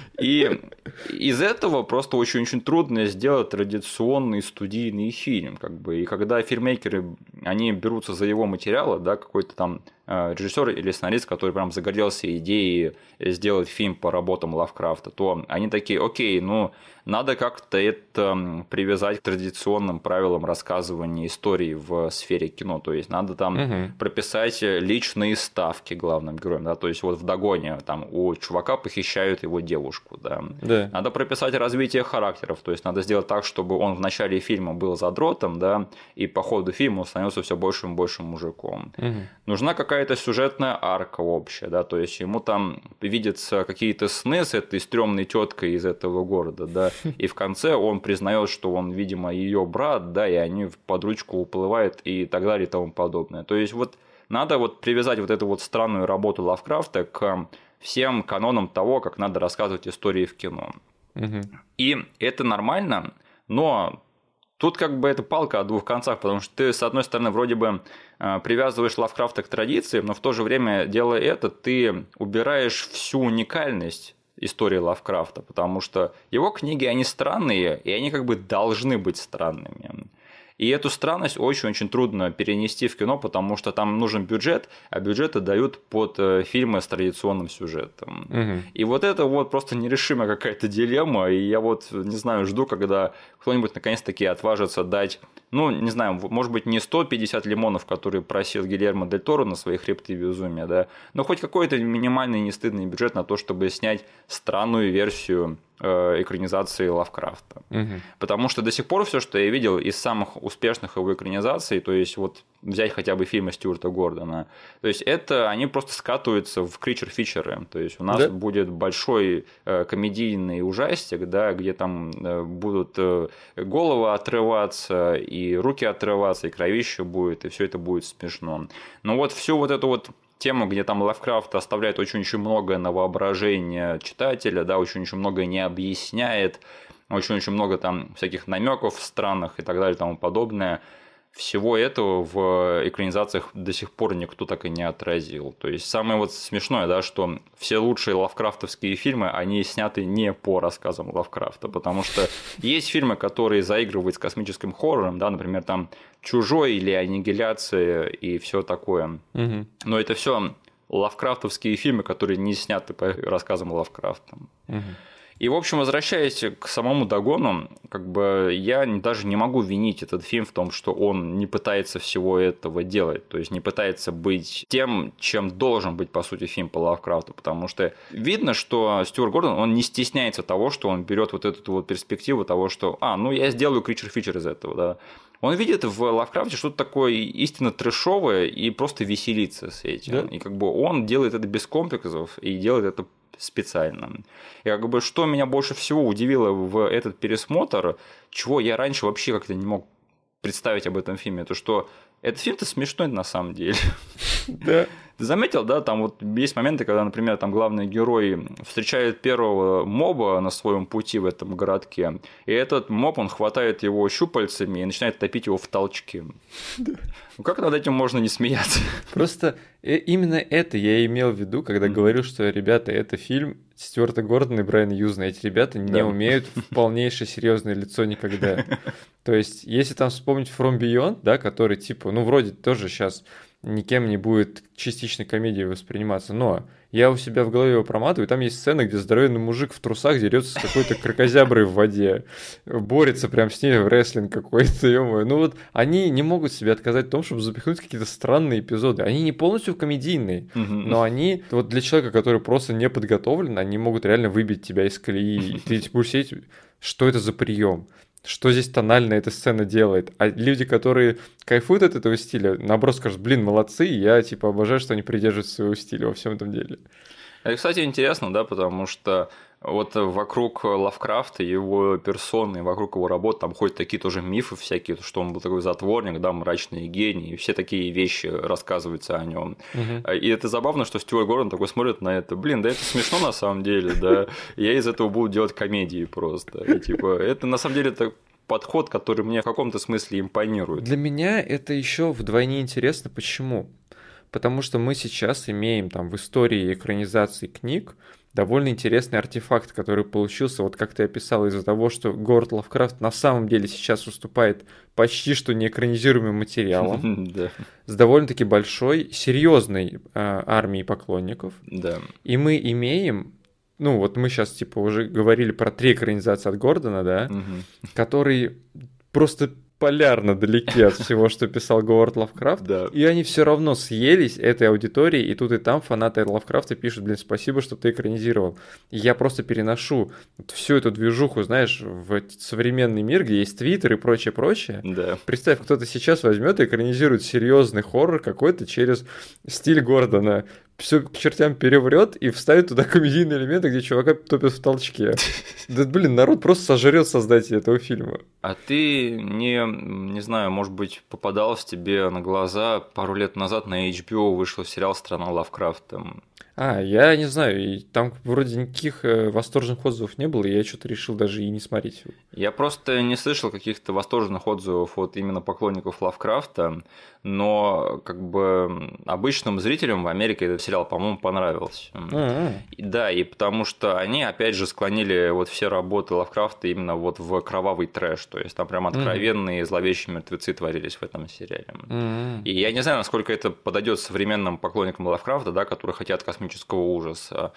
И из этого просто очень-очень трудно сделать традиционный студийный фильм. Как бы. И когда фильммейкеры, они берутся за его материалы, да, какой-то там режиссер или сценарист, который прям загорелся идеей сделать фильм по работам Лавкрафта, то они такие, окей, ну, надо как-то это привязать к традиционным правилам рассказывания историй в сфере кино, то есть надо там угу. прописать личные ставки главным героям, да, то есть вот в «Догоне» там у чувака похищают его девушку, да. Да. Надо прописать развитие характеров, то есть надо сделать так, чтобы он в начале фильма был задротом, да, и по ходу фильма он становился все большим и большим мужиком. Угу. Нужна какая какая-то сюжетная арка общая, да, то есть ему там видятся какие-то сны с этой стрёмной теткой из этого города, да, и в конце он признает, что он, видимо, ее брат, да, и они под ручку уплывают и так далее и тому подобное. То есть вот надо вот привязать вот эту вот странную работу Лавкрафта к всем канонам того, как надо рассказывать истории в кино. Угу. И это нормально, но тут как бы это палка о двух концах, потому что ты, с одной стороны, вроде бы привязываешь Лавкрафта к традиции, но в то же время, делая это, ты убираешь всю уникальность истории Лавкрафта, потому что его книги, они странные, и они как бы должны быть странными. И эту странность очень-очень трудно перенести в кино, потому что там нужен бюджет, а бюджеты дают под фильмы с традиционным сюжетом. Угу. И вот это вот просто нерешимая какая-то дилемма, и я вот, не знаю, жду, когда кто-нибудь наконец-таки отважится дать, ну, не знаю, может быть, не сто пятьдесят лимонов, которые просил Гильермо дель Торо на свои «Хребты безумия», да, но хоть какой-то минимальный нестыдный бюджет на то, чтобы снять странную версию экранизации Лавкрафта. Угу. Потому что до сих пор все, что я видел из самых успешных его экранизаций, то есть вот взять хотя бы фильмы Стюарта Гордона, то есть это они просто скатываются в кричер-фичеры. То есть у нас да? будет большой комедийный ужастик, да, где там будут головы отрываться, и руки отрываться, и кровище будет, и все это будет смешно. Но вот всю вот эту вот тему, где там Лавкрафт оставляет очень-очень многое на воображение читателя, да, очень-очень многое не объясняет, очень-очень много там всяких намеков в странах и так далее и тому подобное. Всего этого в экранизациях до сих пор никто так и не отразил. То есть самое вот смешное, да, что все лучшие лавкрафтовские фильмы, они сняты не по рассказам Лавкрафта, потому что есть фильмы, которые заигрывают с космическим хоррором, да, например, там «Чужой» или «Аннигиляция» и все такое. Угу. Но это все лавкрафтовские фильмы, которые не сняты по рассказам Лавкрафта. Угу. И, в общем, возвращаясь к самому «Догону», как бы я даже не могу винить этот фильм в том, что он не пытается всего этого делать, то есть не пытается быть тем, чем должен быть, по сути, фильм по Лавкрафту, потому что видно, что Стюарт Гордон, он не стесняется того, что он берет вот эту вот перспективу того, что, а, ну я сделаю кричер-фичер из этого, да. Он видит в Лавкрафте что-то такое истинно трэшовое и просто веселится с этим. Да? И как бы он делает это без комплексов и делает это специально. И как бы что меня больше всего удивило в этот пересмотр, чего я раньше вообще как-то не мог представить об этом фильме, то что этот фильм-то смешной на самом деле. Да. Ты заметил, да, там вот есть моменты, когда, например, там главный герой встречает первого моба на своем пути в этом городке, и этот моб, он хватает его щупальцами и начинает топить его в толчке. Да. Ну как над этим можно не смеяться? Просто именно это я имел в виду, когда mm-hmm. говорил, что, ребята, это фильм Стюарта Гордона и Брайана Юзна. Эти ребята не да. умеют в полнейшее серьезное лицо никогда. То есть, если там вспомнить From Beyond, да, который типа, ну, вроде тоже сейчас никем не будет частичной комедией восприниматься. Но я у себя в голове его проматываю, и там есть сцена, где здоровенный мужик в трусах дерется с какой-то кракозяброй в воде, борется прям с ней в рестлинг какой-то, ё-моё. Ну вот они не могут себе отказать в том, чтобы запихнуть какие-то странные эпизоды. Они не полностью комедийные, но они вот для человека, который просто не подготовлен, они могут реально выбить тебя из колеи. И ты будешь сидеть, что это за прием? Что здесь тонально эта сцена делает? А люди, которые кайфуют от этого стиля, наоборот скажут, блин, молодцы, я типа обожаю, что они придерживаются своего стиля во всем этом деле. Это, кстати, интересно, да, потому что вот вокруг Лавкрафта, его персоны, вокруг его работ там ходят такие тоже мифы всякие, что он был такой затворник, да, мрачный гений, и все такие вещи рассказываются о нем. Угу. И это забавно, что Стюарт Гордон такой смотрит на это. Блин, да это смешно на самом деле, да. Я из этого буду делать комедии просто. И, типа, это на самом деле так подход, который мне в каком-то смысле импонирует. Для меня это еще вдвойне интересно. Почему? Потому что мы сейчас имеем там в истории экранизации книг довольно интересный артефакт, который получился, вот как ты описал, из-за того, что Говард Лавкрафт на самом деле сейчас выступает почти что неэкранизируемым материалом, с довольно-таки большой, серьезной армией поклонников. И мы имеем, ну вот мы сейчас типа уже говорили про три экранизации от Гордона, да, которые просто полярно далеки от всего, что писал Говард Лавкрафт, да. И они все равно съелись этой аудиторией, и тут и там фанаты Лавкрафта пишут, блин, спасибо, что ты экранизировал. И я просто переношу вот всю эту движуху, знаешь, в современный мир, где есть Твиттер и прочее-прочее. Да. Представь, кто-то сейчас возьмет и экранизирует серьезный хоррор какой-то через стиль Гордона, все к чертям переврет и вставит туда комедийные элементы, где чувака топят в толчке. Да, блин, народ просто сожрет создателя этого фильма. А ты не, не знаю, может быть, попадался тебе на глаза пару лет назад на эйч би о вышел сериал «Страна Лавкрафта». А, я не знаю, и там вроде никаких восторженных отзывов не было, и я что-то решил даже и не смотреть. Я просто не слышал каких-то восторженных отзывов от именно поклонников Лавкрафта, но как бы обычным зрителям в Америке этот сериал, по-моему, понравился. А-а-а. Да, и потому что они, опять же, склонили вот все работы Лавкрафта именно вот в кровавый трэш, то есть там прям откровенные mm-hmm. зловещие мертвецы творились в этом сериале. Mm-hmm. И я не знаю, насколько это подойдет современным поклонникам Лавкрафта, да, которые хотят космического ужаса,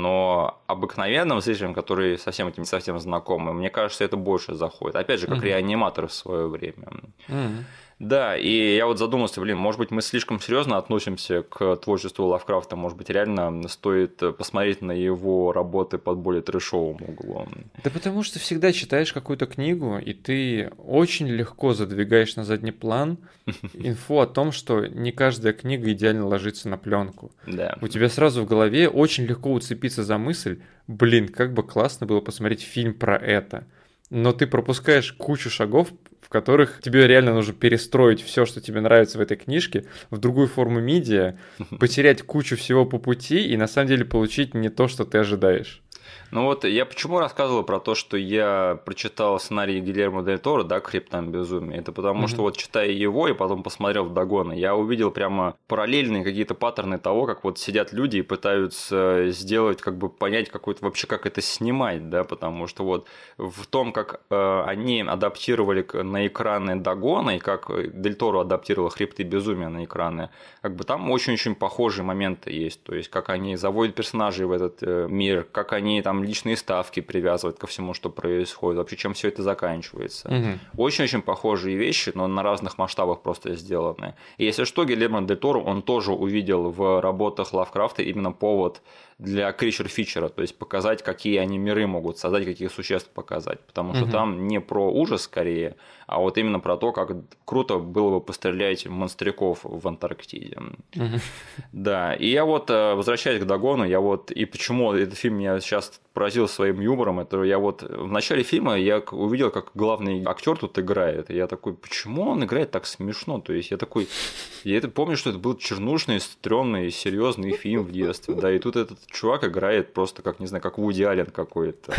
но обыкновенным зрителям, которые совсем этим не совсем знакомы, мне кажется, это больше заходит. Опять же, как mm-hmm. реаниматор в свое время. Mm-hmm. Да, и я вот задумался, блин, может быть, мы слишком серьезно относимся к творчеству Лавкрафта, может быть, реально стоит посмотреть на его работы под более трэшовым углом. Да потому что всегда читаешь какую-то книгу, и ты очень легко задвигаешь на задний план инфу о том, что не каждая книга идеально ложится на пленку. Да. У тебя сразу в голове очень легко уцепиться за мысль, блин, как бы классно было посмотреть фильм про это. Но ты пропускаешь кучу шагов, в которых тебе реально нужно перестроить все, что тебе нравится в этой книжке, в другую форму медиа, потерять кучу всего по пути и на самом деле получить не то, что ты ожидаешь. Ну вот я почему рассказывал про то, что я прочитал сценарий Гильермо дель Торо, да, «К хребтам безумия». Это потому, mm-hmm. что вот читая его и потом посмотрел вдогон, я увидел прямо параллельные какие-то паттерны того, как вот сидят люди и пытаются сделать, как бы понять какой-то вообще, как это снимать, да, потому что вот в том, как э, они адаптировали на экраны Дагона и как Дель Торо адаптировал «Хребты безумия» на экраны, как бы там очень-очень похожие моменты есть, то есть как они заводят персонажей в этот э, мир, как они там личные ставки привязывают ко всему, что происходит, вообще чем все это заканчивается. Угу. Очень-очень похожие вещи, но на разных масштабах просто сделаны. И если что, Гильермо дель Торо, он тоже увидел в работах Лавкрафта именно повод для кричер-фичера, то есть показать, какие они миры могут создать, каких существ показать, потому что угу. там не про ужас скорее, а вот именно про то, как круто было бы пострелять монстряков в Антарктиде. Угу. Да, и я вот, возвращаясь к Дагону, я вот, и почему этот фильм меня сейчас поразил своим юмором, это я вот в начале фильма я увидел, как главный актер тут играет, и я такой, почему он играет так смешно, то есть я такой, я это помню, что это был чернушный, стрёмный, серьезный фильм в детстве, да, и тут этот чувак играет просто как, не знаю, как Вуди Аллен какой-то.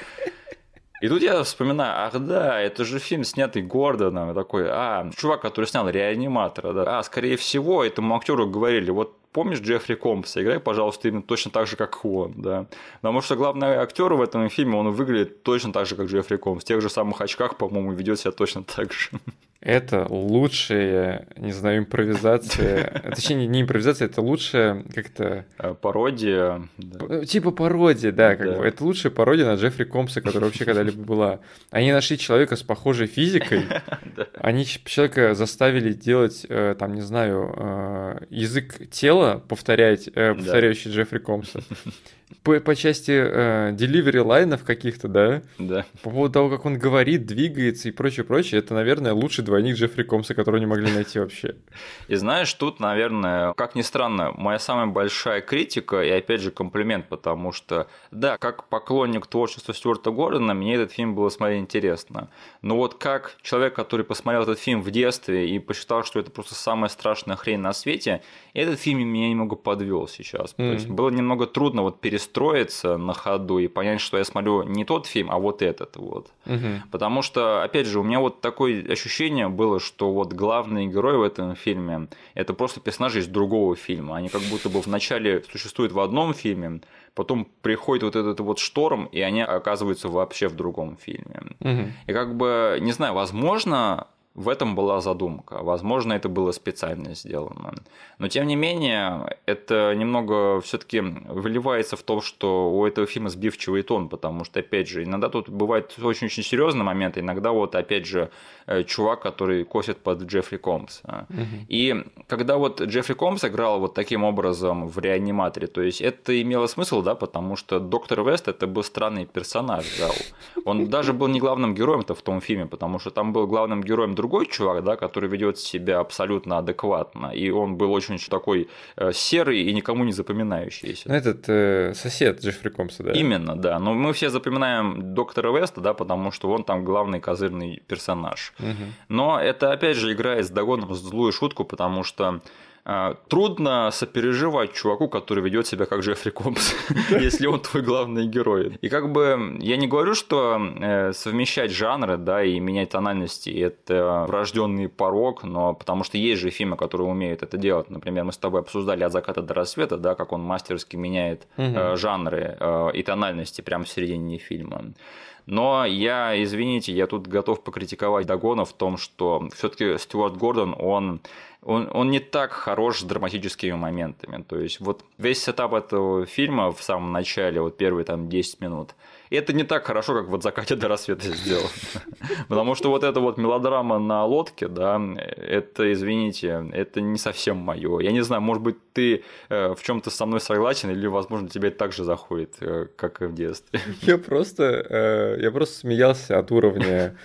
И тут я вспоминаю, ах да, это же фильм, снятый Гордоном, и такой, а, чувак, который снял «Реаниматора», да, а, скорее всего, этому актеру говорили, вот помнишь Джеффри Компса, играй, пожалуйста, именно точно так же, как он, да, потому что главный актер в этом фильме, он выглядит точно так же, как Джеффри Компс, в тех же самых очках, по-моему, ведет себя точно так же. Это лучшая, не знаю, импровизация. Точнее, не импровизация, это лучшая как-то... Пародия. Да. Типа пародия, да. Как да. бы. Это лучшая пародия на Джеффри Комса, которая вообще когда-либо была. Они нашли человека с похожей физикой. Они человека заставили делать, там, не знаю, язык тела, повторять, повторяющий Джеффри Комса. По, по части э, delivery лайнов каких-то, да? Да. По поводу того, как он говорит, двигается и прочее, прочее, это, наверное, лучший двойник Джеффри Комса, которого не могли найти вообще. И знаешь, тут, наверное, как ни странно, моя самая большая критика и, опять же, комплимент, потому что, да, как поклонник творчества Стюарта Гордона, мне этот фильм было смотреть интересно. Но вот как человек, который посмотрел этот фильм в детстве и посчитал, что это просто самая страшная хрень на свете, этот фильм меня немного подвел сейчас. Mm-hmm. То есть было немного трудно вот перестроиться на ходу и понять, что я смотрю не тот фильм, а вот этот вот. Mm-hmm. Потому что, опять же, у меня вот такое ощущение было, что вот главные герои в этом фильме – это просто персонажи из другого фильма. Они как будто бы вначале существуют в одном фильме, потом приходит вот этот вот шторм, и они оказываются вообще в другом фильме. Mm-hmm. И как бы, не знаю, возможно... В этом была задумка. Возможно, это было специально сделано. Но, тем не менее, это немного все-таки выливается в то, что у этого фильма сбивчивый тон, потому что, опять же, иногда тут бывают очень-очень серьезные моменты, иногда вот, опять же, чувак, который косит под Джеффри Комса. Угу. И когда вот Джеффри Комс играл вот таким образом в «Реаниматоре», то есть это имело смысл, да, потому что доктор Вест – это был странный персонаж, да. Он даже был не главным героем-то в том фильме, потому что там был главным героем другой другой чувак, да, который ведет себя абсолютно адекватно, и он был очень такой э, серый и никому не запоминающийся. Ну, этот э, сосед Джеффри Комса, да? Именно, да. Но мы все запоминаем доктора Веста, да, потому что он там главный козырный персонаж. Угу. Но это, опять же, играет с догоном злую шутку, потому что трудно сопереживать чуваку, который ведет себя как Джеффри Комс, если он твой главный герой. И как бы я не говорю, что совмещать жанры, да, и менять тональности – это врожденный порок, но потому что есть же фильмы, которые умеют это делать. Например, мы с тобой обсуждали «От заката до рассвета», да, как он мастерски меняет угу. жанры и тональности прямо в середине фильма. Но я, извините, я тут готов покритиковать Дагона в том, что все-таки Стюарт Гордон, он, он, он не так хорош с драматическими моментами. То есть вот весь сетап этого фильма в самом начале, вот первые там десять минут, это не так хорошо, как вот «В закате до рассвета» сделано. Потому что вот эта вот мелодрама на лодке, да, это, извините, это не совсем мое. Я не знаю, может быть, ты в чем-то со мной согласен, или, возможно, тебе это так же заходит, как и в детстве. Я просто, я просто смеялся от уровня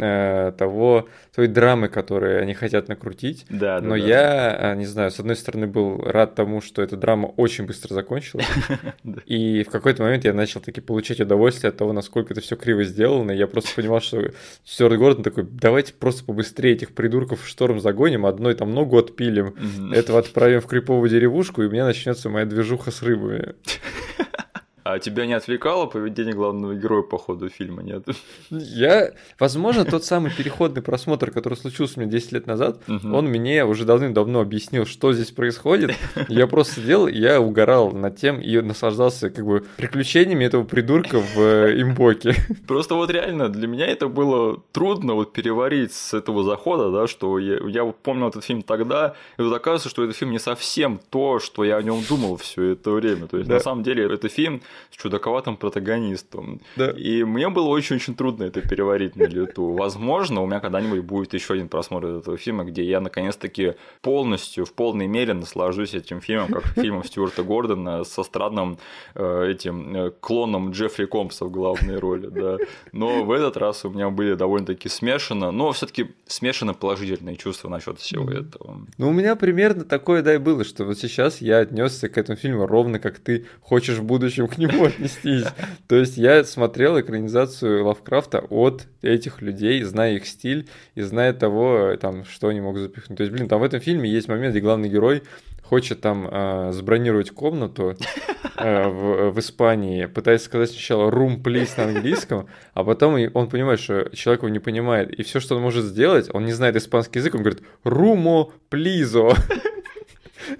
того, той драмы, которую они хотят накрутить. Да, да, но да. я, не знаю, с одной стороны, был рад тому, что эта драма очень быстро закончилась. И в какой-то момент я начал таки получать удовольствие от того, насколько это все криво сделано. Я просто понимал, что Стюарт Гордон такой: давайте просто побыстрее этих придурков в шторм загоним, одной там ногу отпилим, mm-hmm. этого отправим в криповую деревушку, и у меня начнется моя движуха с рыбами. А тебя не отвлекало поведение главного героя по ходу фильма, нет? Я, возможно, тот самый переходный просмотр, который случился у меня десять лет назад, uh-huh. он мне уже давным-давно объяснил, что здесь происходит. Я просто сидел, я угорал над тем и наслаждался как бы приключениями этого придурка в имбоке. Просто вот реально для меня это было трудно вот переварить с этого захода, да, что я, я вот помнил этот фильм тогда, и вот оказывается, что этот фильм не совсем то, что я о нем думал все это время. То есть да. на самом деле это фильм с чудаковатым протагонистом. Да. И мне было очень-очень трудно это переварить на лету. Возможно, у меня когда-нибудь будет еще один просмотр этого фильма, где я наконец-таки полностью, в полной мере наслажусь этим фильмом, как фильмом Стюарта Гордона со странным э, этим э, клоном Джеффри Комса в главной роли. Да. Но в этот раз у меня были довольно-таки смешаны, но все-таки смешаны положительные чувства насчет всего этого. Ну, у меня примерно такое, да, и было, что вот сейчас я отнесся к этому фильму ровно как ты хочешь в будущем к нему отнестись. То есть я смотрел экранизацию Лавкрафта от этих людей, зная их стиль и зная того, там, что они могут запихнуть. То есть, блин, там в этом фильме есть момент, где главный герой хочет там э, забронировать комнату э, в, в Испании, пытается сказать сначала room please на английском, а потом он понимает, что человек его не понимает, и все, что он может сделать, он не знает испанский язык, он говорит «rumo pliso».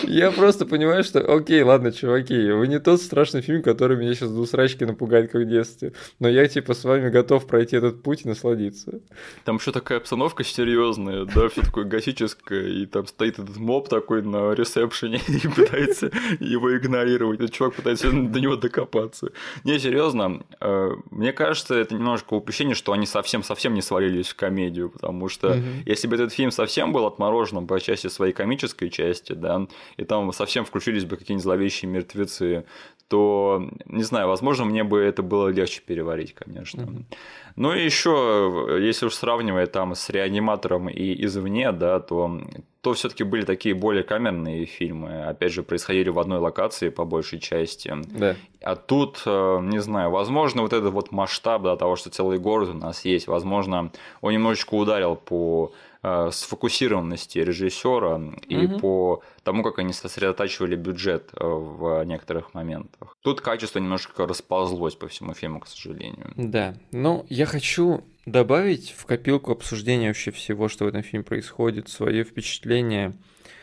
Я просто понимаю, что окей, ладно, чуваки, вы не тот страшный фильм, который меня сейчас до усрачки напугает, как в детстве, но я типа с вами готов пройти этот путь и насладиться. Там еще такая обстановка серьезная, да, все такое готическое, и там стоит этот моб такой на ресепшене и пытается его игнорировать. Этот чувак пытается до него докопаться. Не, серьезно, мне кажется, это немножко упущение, что они совсем-совсем не свалились в комедию, потому что mm-hmm. если бы этот фильм совсем был отмороженным по части своей комической части, да, и там совсем включились бы какие-нибудь зловещие мертвецы, то, не знаю, возможно, мне бы это было легче переварить, конечно. Mm-hmm. Ну и еще, если уж сравнивать там с «Реаниматором» и «Извне», да, то, то все-таки были такие более камерные фильмы, опять же, происходили в одной локации по большей части. Да. А тут, не знаю, возможно, вот этот вот масштаб, да, того, что целый город у нас есть, возможно, он немножечко ударил по сфокусированности режиссера и угу. по тому, как они сосредотачивали бюджет в некоторых моментах. Тут качество немножко расползлось по всему фильму, к сожалению. Да, но я хочу добавить в копилку обсуждения вообще всего, что в этом фильме происходит, свое впечатление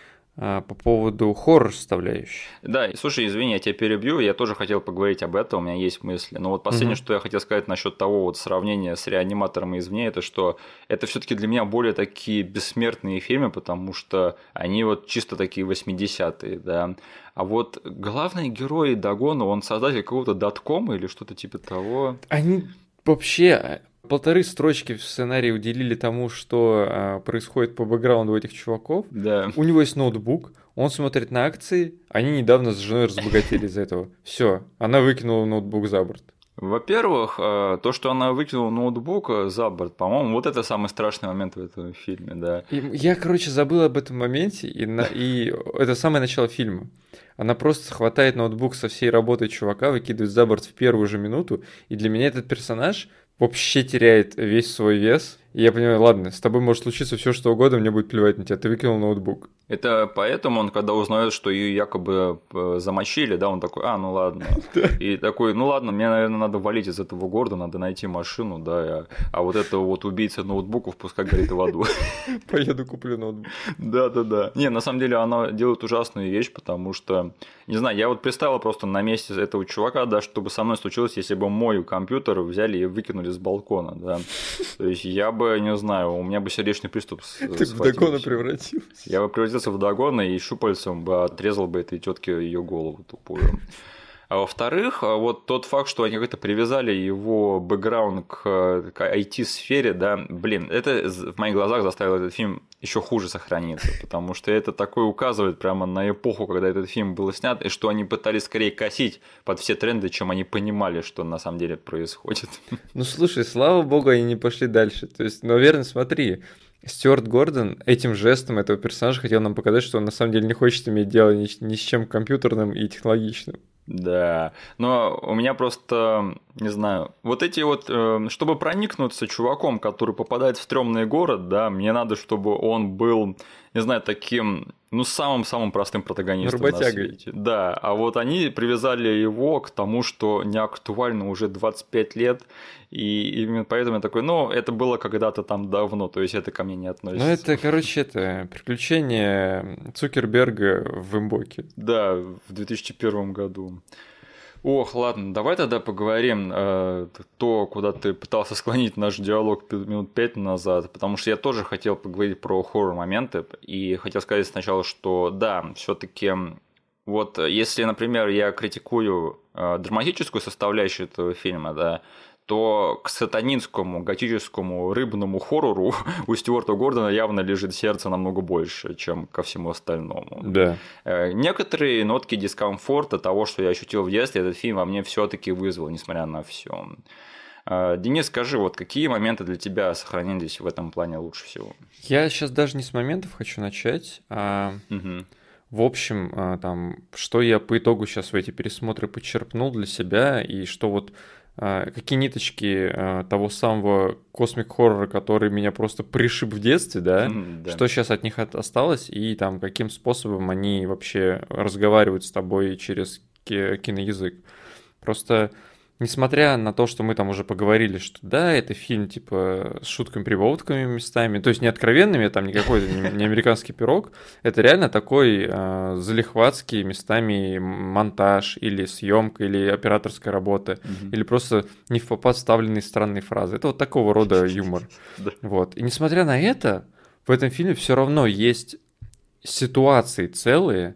по поводу хоррор-составляющей. Да, и слушай, извини, я тебя перебью, я тоже хотел поговорить об этом, у меня есть мысли. Но вот последнее, mm-hmm. что я хотел сказать насчет того вот сравнения с «Реаниматором» и «Извне», это что это все-таки для меня более такие бессмертные фильмы, потому что они вот чисто такие восьмидесятые, да. А вот главный герой Дагона, он создатель какого-то доткома или что-то типа того. Они вообще... Полторы строчки в сценарии уделили тому, что а, происходит по бэкграунду этих чуваков. Да. У него есть ноутбук, он смотрит на акции, они недавно с женой разбогатели из-за этого. Все, она выкинула ноутбук за борт. Во-первых, то, что она выкинула ноутбук за борт, по-моему, вот это самый страшный момент в этом фильме, да. И я, короче, забыл об этом моменте, и, на... и это самое начало фильма. Она просто хватает ноутбук со всей работой чувака, выкидывает за борт в первую же минуту, и для меня этот персонаж вообще теряет весь свой вес. И я понимаю, ладно, с тобой может случиться все что угодно, мне будет плевать на тебя, ты выкинул ноутбук. Это поэтому он, когда узнает, что ее якобы замочили, да, он такой, а, ну ладно. И такой, ну ладно, мне, наверное, надо валить из этого города, надо найти машину, да, а вот этого вот убийца ноутбуков пускай горит в аду. Поеду куплю ноутбук. Да-да-да. Не, на самом деле она делает ужасную вещь, потому что, не знаю, я вот представил просто на месте этого чувака, да, что бы со мной случилось, если бы мой компьютер взяли и выкинули с балкона, да. То есть я бы, не знаю, у меня бы сердечный приступ схватился. Ты в Дагона превратился. Я бы превратился в Дагона и щупальцем бы отрезал бы этой тетке ее голову тупую. А во-вторых, вот тот факт, что они как-то привязали его бэкграунд к, к ай ти-сфере, да, блин, это в моих глазах заставило этот фильм еще хуже сохраниться, потому что это такое указывает прямо на эпоху, когда этот фильм был снят, и что они пытались скорее косить под все тренды, чем они понимали, что на самом деле происходит. Ну, слушай, слава богу, они не пошли дальше. То есть, наверное, смотри, Стюарт Гордон этим жестом этого персонажа хотел нам показать, что он на самом деле не хочет иметь дело ни, ни с чем компьютерным и технологичным. Да, но у меня просто, не знаю, вот эти вот, чтобы проникнуться чуваком, который попадает в стрёмный город, да, мне надо, чтобы он был, не знаю, таким, ну, самым-самым простым протагонистом на свете. Да, а вот они привязали его к тому, что не актуально уже двадцать пять лет, и именно поэтому я такой, ну, это было когда-то там давно, то есть это ко мне не относится. Ну, это, короче, это приключение Цукерберга в Имбоке. Да, в две тысячи первом году. Ох, ладно, давай тогда поговорим э, то, куда ты пытался склонить наш диалог минут пять назад, потому что я тоже хотел поговорить про хоррор-моменты, и хотел сказать сначала, что да, все-таки вот если, например, я критикую э, драматическую составляющую этого фильма, да, то к сатанинскому, готическому, рыбному хоррору у Стюарта Гордона явно лежит сердце намного больше, чем ко всему остальному. Да. Некоторые нотки дискомфорта того, что я ощутил в детстве, этот фильм во мне все-таки вызвал, несмотря на все. Денис, скажи, вот какие моменты для тебя сохранились в этом плане лучше всего? Я сейчас даже не с моментов хочу начать, а... Угу. В общем, там, что я по итогу сейчас в эти пересмотры подчерпнул для себя, и что вот какие ниточки того самого космик-хоррора, который меня просто пришиб в детстве, да? Mm, да, что сейчас от них осталось, и там каким способом они вообще разговаривают с тобой через киноязык. Просто несмотря на то, что мы там уже поговорили, что да, это фильм типа с шутками-прибаутками местами, то есть не откровенными, там никакой не американский пирог, это реально такой э, залихватский местами монтаж или съемка, или операторская работа, mm-hmm. или просто не впопад вставленные странные фразы. Это вот такого рода юмор. Вот. И несмотря на это, в этом фильме все равно есть ситуации целые,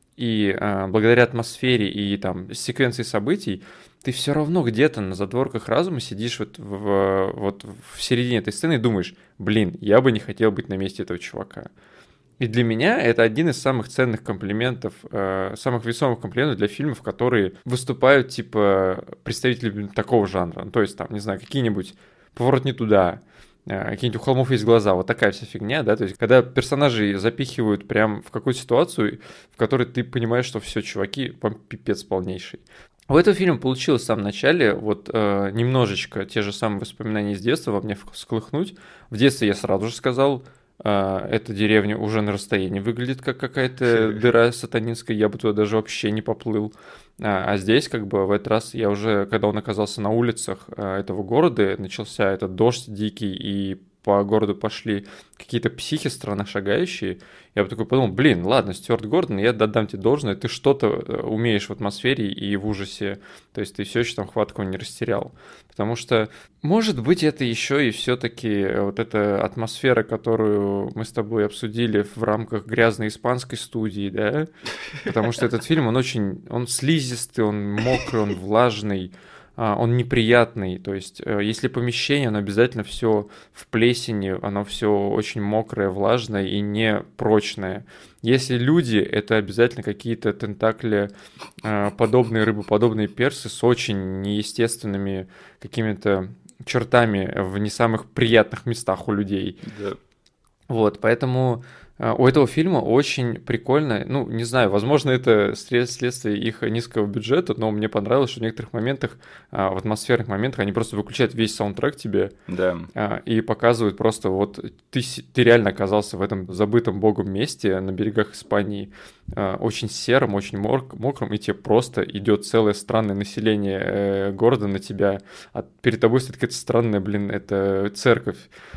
и э, благодаря атмосфере и там секвенции событий ты все равно где-то на задворках разума сидишь вот в, вот в середине этой сцены и думаешь, блин, я бы не хотел быть на месте этого чувака. И для меня это один из самых ценных комплиментов, э, самых весомых комплиментов для фильмов, которые выступают типа представители такого жанра. Ну, то есть там, не знаю, какие-нибудь «Поворот не туда», какие-нибудь «У холмов есть глаза», вот такая вся фигня, да, то есть когда персонажей запихивают прям в какую-то ситуацию, в которой ты понимаешь, что все, чуваки, вам пипец полнейший. У этого фильма получилось в самом начале вот э, немножечко те же самые воспоминания из детства во мне всколыхнуть. В детстве я сразу же сказал, э, эта деревня уже на расстоянии выглядит как какая-то дыра сатанинская, я бы туда даже вообще не поплыл. А, а здесь как бы в этот раз я уже, когда он оказался на улицах э, этого города, начался этот дождь дикий, и по городу пошли какие-то психи странно шагающие, я бы такой подумал, блин, ладно, Стюарт Гордон, я отдам тебе должное, ты что-то умеешь в атмосфере и в ужасе, то есть ты все еще там хватку не растерял. Потому что, может быть, это еще и все-таки вот эта атмосфера, которую мы с тобой обсудили в рамках грязной испанской студии, да, потому что этот фильм, он очень, он слизистый, он мокрый, он влажный, он неприятный, то есть если помещение, оно обязательно все в плесени, оно все очень мокрое, влажное и не прочное. Если люди, это обязательно какие-то тентакли, подобные рыбоподобные персы с очень неестественными какими-то чертами в не самых приятных местах у людей. Да. Вот, поэтому у этого фильма очень прикольно, ну, не знаю, возможно, это следствие их низкого бюджета, но мне понравилось, что в некоторых моментах, в атмосферных моментах, они просто выключают весь саундтрек тебе, да. И показывают просто вот ты, ты реально оказался в этом забытом богом месте на берегах Испании, очень серым, очень мокрым, и тебе просто идет целое странное население города на тебя, а перед тобой стоит какая-то странная, блин, это церковь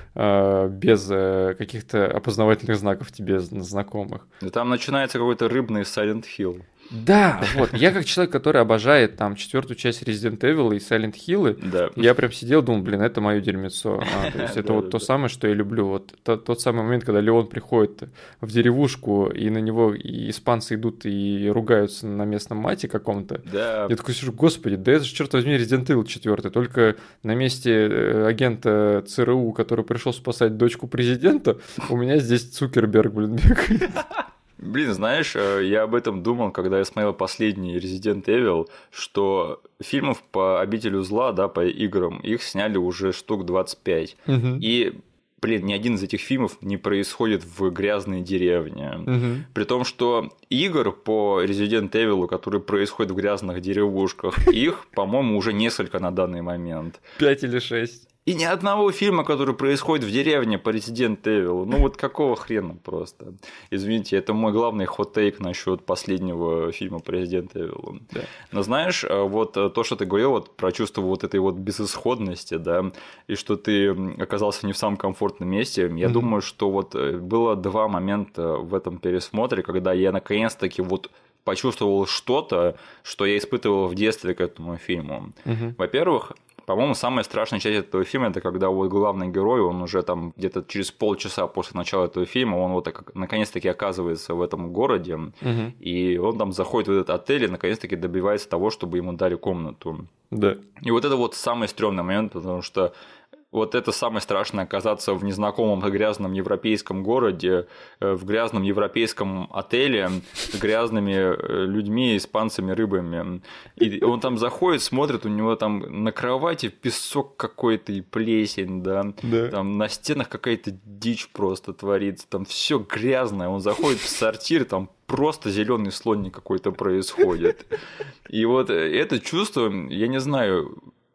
без каких-то опознавательных знаков тебе знакомых. И там начинается какой-то рыбный Silent Hill. Да, вот, я как человек, который обожает там четвертую часть Resident Evil и Silent Hill, да. Я прям сидел, думал, блин, это мое дерьмецо. А, то есть это вот то самое, что я люблю. Вот тот самый момент, когда Леон приходит в деревушку, и на него и испанцы идут и ругаются на местном мате каком-то. Да. Я такой сижу, господи, да это же, черт возьми, Resident Evil четыре, только на месте агента ЦРУ, который пришел спасать дочку президента, у меня здесь Цукерберг, блин, бегает. Блин, знаешь, я об этом думал, когда я смотрел последний Resident Evil, что фильмов по «Обителю зла», да, по играм, их сняли уже штук двадцать пять. Угу. И, блин, ни один из этих фильмов не происходит в грязной деревне. Угу. При том, что игр по Resident Evil, которые происходят в грязных деревушках, их, по-моему, уже несколько на данный момент. Пять или шесть. И ни одного фильма, который происходит в деревне по Resident Evil. Ну вот какого хрена просто. Извините, это мой главный хот-тейк насчет последнего фильма по Resident Evil. Да. Но знаешь, вот то, что ты говорил вот, про чувство вот этой вот безысходности, да, и что ты оказался не в самом комфортном месте, я mm-hmm. думаю, что вот было два момента в этом пересмотре, когда я наконец-таки вот почувствовал что-то, что я испытывал в детстве к этому фильму. Mm-hmm. Во-первых, по-моему, самая страшная часть этого фильма – это когда вот главный герой, он уже там где-то через полчаса после начала этого фильма, он вот так, наконец-таки оказывается в этом городе, угу. и он там заходит в этот отель и наконец-таки добивается того, чтобы ему дали комнату. Да. И вот это вот самый стрёмный момент, потому что вот это самое страшное — оказаться в незнакомом грязном европейском городе, в грязном европейском отеле с грязными людьми, испанцами, рыбами. И он там заходит, смотрит, у него там на кровати песок какой-то и плесень, да, да. Там на стенах какая-то дичь просто творится, там все грязное. Он заходит в сортир, там просто зеленый слоник какой-то происходит. И вот это чувство, я не знаю.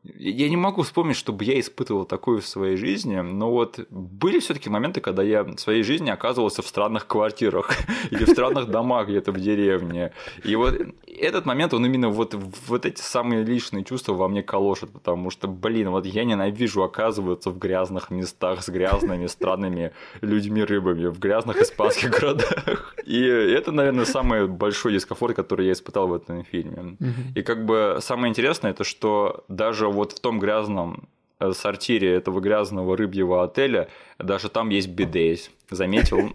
Я не могу вспомнить, чтобы я испытывал такое в своей жизни, но вот были все-таки моменты, когда я в своей жизни оказывался в странных квартирах или в странных домах где-то в деревне. И вот этот момент, он именно вот, вот эти самые личные чувства во мне колошет, потому что, блин, вот я ненавижу оказываться в грязных местах с грязными странными людьми-рыбами, в грязных испанских городах. И это, наверное, самый большой дискомфорт, который я испытал в этом фильме. И как бы самое интересное, это что даже вот в том грязном сортире этого грязного рыбьего отеля, даже там есть бидей. Заметил?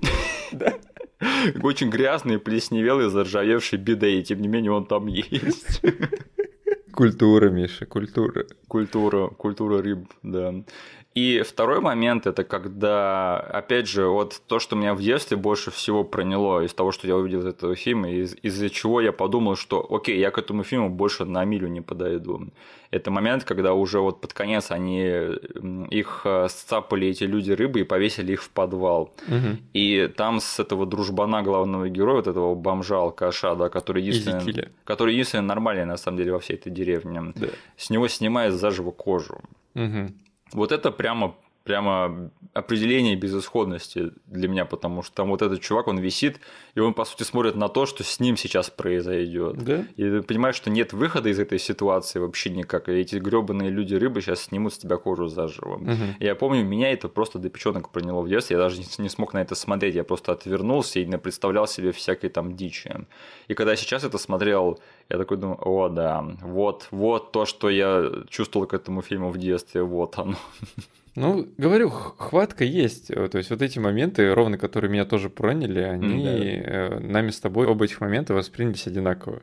Очень грязный, плесневелый, заржавевший бидей, и тем не менее он там есть. Культура, Миша, культура. Культура, культура рыб, да. И второй момент, это когда, опять же, вот то, что меня в детстве больше всего проняло из того, что я увидел из этого фильма, из- из-за чего я подумал, что окей, я к этому фильму больше на милю не подойду. Это момент, когда уже вот под конец они их э, сцапали, эти люди рыбы, и повесили их в подвал. Мгм. И там с этого дружбана главного героя, вот этого бомжа, алкаша, да, который единственный, Изикиля. который единственный нормальный, на самом деле, во всей этой деревне, Да. с него снимает заживо кожу. Мгм. Вот это прямо, прямо определение безысходности для меня, потому что там вот этот чувак, он висит, и он, по сути, смотрит на то, что с ним сейчас произойдет. Да? И ты понимаешь, что нет выхода из этой ситуации вообще никак. И эти гребаные люди-рыбы сейчас снимут с тебя кожу заживо. Мгм. И я помню, меня это просто до печенок проняло в детстве. Я даже не- не смог на это смотреть. Я просто отвернулся и представлял себе всякой там дичи. И когда я сейчас это смотрел, я такой думаю, о, да, вот, вот то, что я чувствовал к этому фильму в детстве, вот оно. Ну, говорю, х- хватка есть. Э, То есть вот эти моменты, ровно которые меня тоже проняли, они да. э, нами с тобой оба этих момента воспринялись одинаково.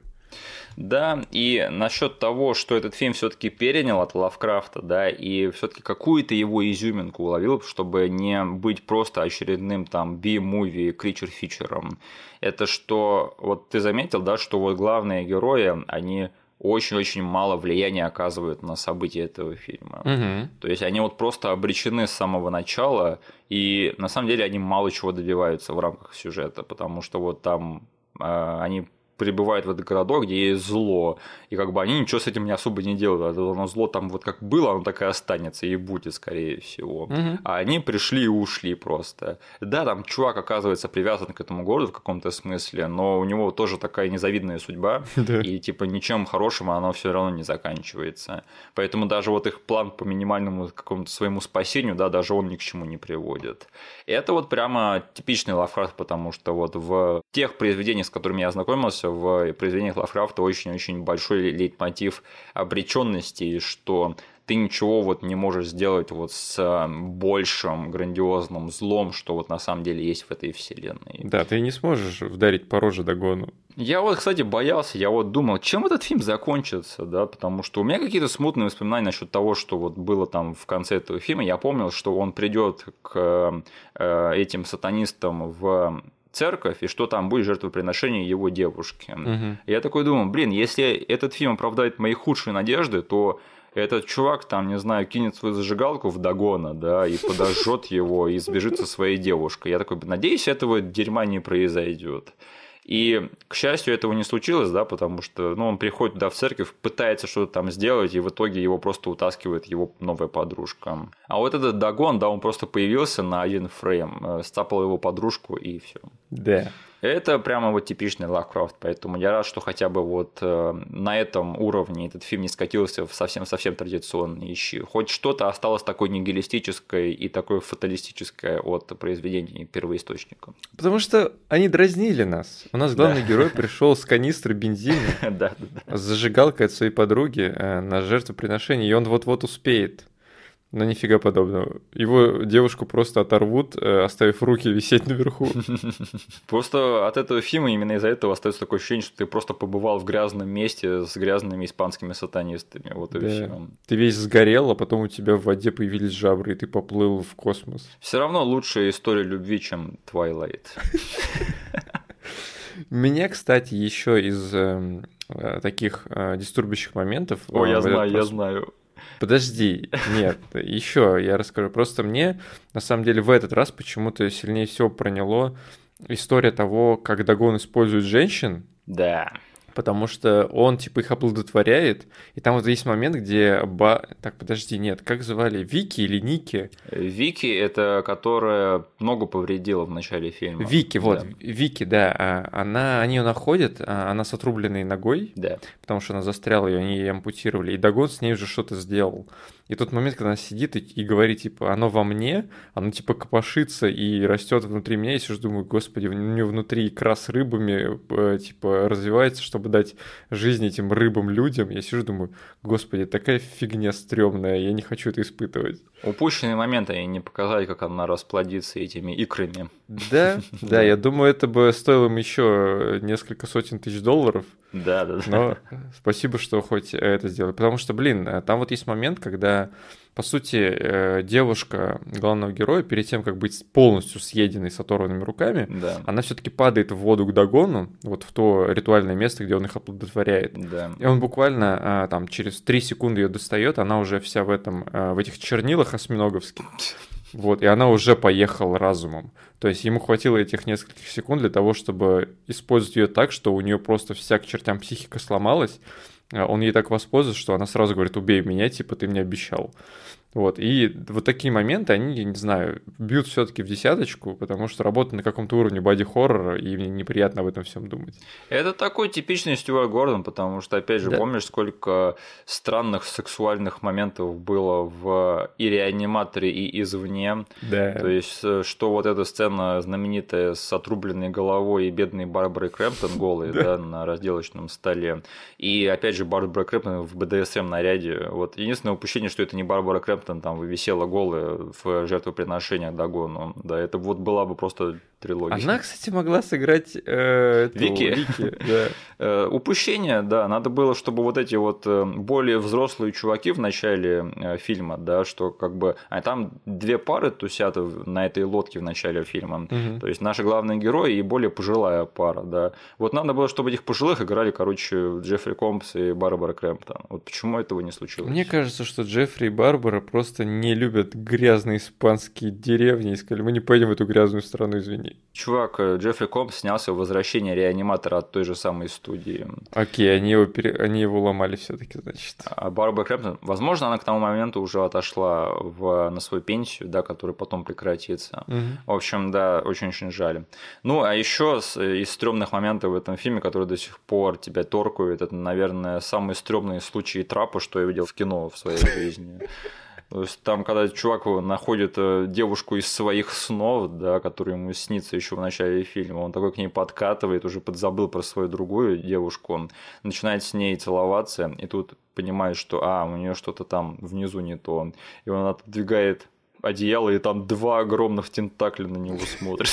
Да, и насчет того, что этот фильм все-таки перенял от Лавкрафта, да, и все-таки какую-то его изюминку уловил, чтобы не быть просто очередным там би-муви, кричер-фичером. Это что, вот ты заметил, да, что вот главные герои, они очень-очень мало влияния оказывают на события этого фильма. Мгм. То есть они вот просто обречены с самого начала, и на самом деле они мало чего добиваются в рамках сюжета, потому что вот там э, они прибывают в этот городок, где есть зло, и как бы они ничего с этим не особо не делают. Оно зло там вот как было, оно так и останется, и будет, скорее всего. Мгм. А они пришли и ушли просто. Да, там чувак оказывается привязан к этому городу в каком-то смысле, но у него тоже такая незавидная судьба, Да. и типа ничем хорошим оно все равно не заканчивается. Поэтому даже вот их план по минимальному какому-то своему спасению, да, даже он ни к чему не приводит. И это вот прямо типичный Лавкрафт, потому что вот в тех произведениях, с которыми я ознакомился, в произведениях Лавкрафта очень-очень большой лейтмотив обреченности, что ты ничего вот не можешь сделать вот с большим грандиозным злом, что вот на самом деле есть в этой вселенной. Да, ты не сможешь вдарить по роже Дагону. Я вот, кстати, боялся, я вот думал, чем этот фильм закончится, да, потому что у меня какие-то смутные воспоминания насчет того, что вот было там в конце этого фильма. Я помнил, что он придет к э, этим сатанистам в церковь, и что там будет жертвоприношение его девушки. Мгм. Я такой думаю, блин, если этот фильм оправдает мои худшие надежды, то этот чувак там, не знаю, кинет свою зажигалку в Дагона, да, и подожжет его, и сбежит со своей девушкой. Я такой, надеюсь, этого дерьма не произойдет. И, к счастью, этого не случилось, да, потому что ну, он приходит туда в церковь, пытается что-то там сделать, и в итоге его просто утаскивает его новая подружка. А вот этот Дагон, да, он просто появился на один фрейм, э, сцапал его подружку, и все. Да. Это прямо вот типичный Лавкрафт, поэтому я рад, что хотя бы вот э, на этом уровне этот фильм не скатился в совсем-совсем традиционные ищи. Хоть что-то осталось такой нигилистической и такой фаталистическое от произведений первоисточника. Потому что они дразнили нас. У нас главный герой пришел с канистры бензина, Да, да, да. с зажигалкой от своей подруги э, на жертвоприношение, и он вот-вот успеет. Но нифига подобного. Его девушку просто оторвут, э, оставив руки висеть наверху. Просто от этого фильма именно из-за этого остается такое ощущение, что ты просто побывал в грязном месте с грязными испанскими сатанистами. Вот и Да. все. Ты весь сгорел, а потом у тебя в воде появились жабры, и ты поплыл в космос. Все равно лучшая история любви, чем Twilight. Меня, кстати, еще из э, э, таких э, дистурбящих моментов... О, э, я в этот знаю, я прос- знаю. Подожди, нет, еще я расскажу. Просто мне, на самом деле, в этот раз почему-то сильнее всего проняло история того, как Дагон использует женщин, Да. Потому что он, типа, их оплодотворяет, и там вот есть момент, где... Ба... Так, подожди, нет, как звали? Вики или Ники? Вики — это которая ногу повредила в начале фильма. Вики, вот, да. Вики, да. Она, они ее находят, она с отрубленной ногой, да. потому что она застряла, ее они ей ампутировали, и Дагон с ней уже что-то сделал. И тот момент, когда она сидит и, и говорит, типа, оно во мне, оно, типа, копошится и растет внутри меня, я сижу, думаю, господи, у нее внутри икра с рыбами, э, типа, развивается, чтобы дать жизнь этим рыбам-людям. Я сижу, думаю, господи, такая фигня стрёмная, я не хочу это испытывать. Упущенные моменты, они не показали, как она расплодится этими икрами. Да, да, я думаю, это бы стоило им еще несколько сотен тысяч долларов. Да, да, да. Но спасибо, что хоть это сделали. Потому что, блин, там вот есть момент, когда, по сути, девушка главного героя, перед тем, как быть полностью съеденной с оторванными руками, да. она все-таки падает в воду к Дагону, вот в то ритуальное место, где он их оплодотворяет. Да. И он буквально там через три секунды ее достает, она уже вся в этом, в этих чернилах осьминоговских. Вот, и она уже поехала разумом. То есть ему хватило этих нескольких секунд для того, чтобы использовать ее так, что у нее просто вся к чертям психика сломалась. Он ей так воспользовался, что она сразу говорит: убей меня, типа, ты мне обещал. Вот, и вот такие моменты, они, я не знаю, бьют все-таки в десяточку, потому что работа на каком-то уровне боди-хоррора, и мне неприятно об этом всем думать. Это такой типичный Стюарт Гордон, потому что, опять же, да. помнишь, сколько странных сексуальных моментов было в и реаниматоре, и извне. Да. То есть, что вот эта сцена знаменитая с отрубленной головой и бедной Барбарой Крэмптон голой, да. Да, на разделочном столе. И, опять же, Барбара Крэмптон в бэ дэ эс эм-наряде. Вот единственное упущение, что это не Барбара Крэмптон, там висела голая в жертвоприношениях Дагону. Да, это вот была бы просто трилогия. Она, кстати, могла сыграть э, эту, Вики. Вики да. э, упущение, да, надо было, чтобы вот эти вот более взрослые чуваки в начале фильма, да, что как бы, а там две пары тусят на этой лодке в начале фильма, угу. То есть наши главные герои и более пожилая пара, да. Вот надо было, чтобы этих пожилых играли, короче, Джеффри Комбс и Барбара Крэмптон. Вот почему этого не случилось? Мне кажется, что Джеффри и Барбара просто не любят грязные испанские деревни и сказали: мы не пойдем в эту грязную страну, извини. Чувак, Джеффри Комбс снялся в «Возвращение реаниматора» от той же самой студии. Окей, они его, пере... они его ломали все-таки, значит. А Барбара Крэмптон, возможно, она к тому моменту уже отошла в... на свою пенсию, да, которая потом прекратится. Угу. В общем, да, очень-очень жаль. Ну, а еще из стрёмных моментов в этом фильме, которые до сих пор тебя торкают, это, наверное, самые стрёмные случаи трапа, что я видел в кино в своей жизни. То есть там, когда чувак находит девушку из своих снов, да, которая ему снится еще в начале фильма, он такой к ней подкатывает, уже подзабыл про свою другую девушку, он начинает с ней целоваться, и тут понимает, что а, у нее что-то там внизу не то, и он отодвигает одеяло, и там два огромных тентакля на него смотрят.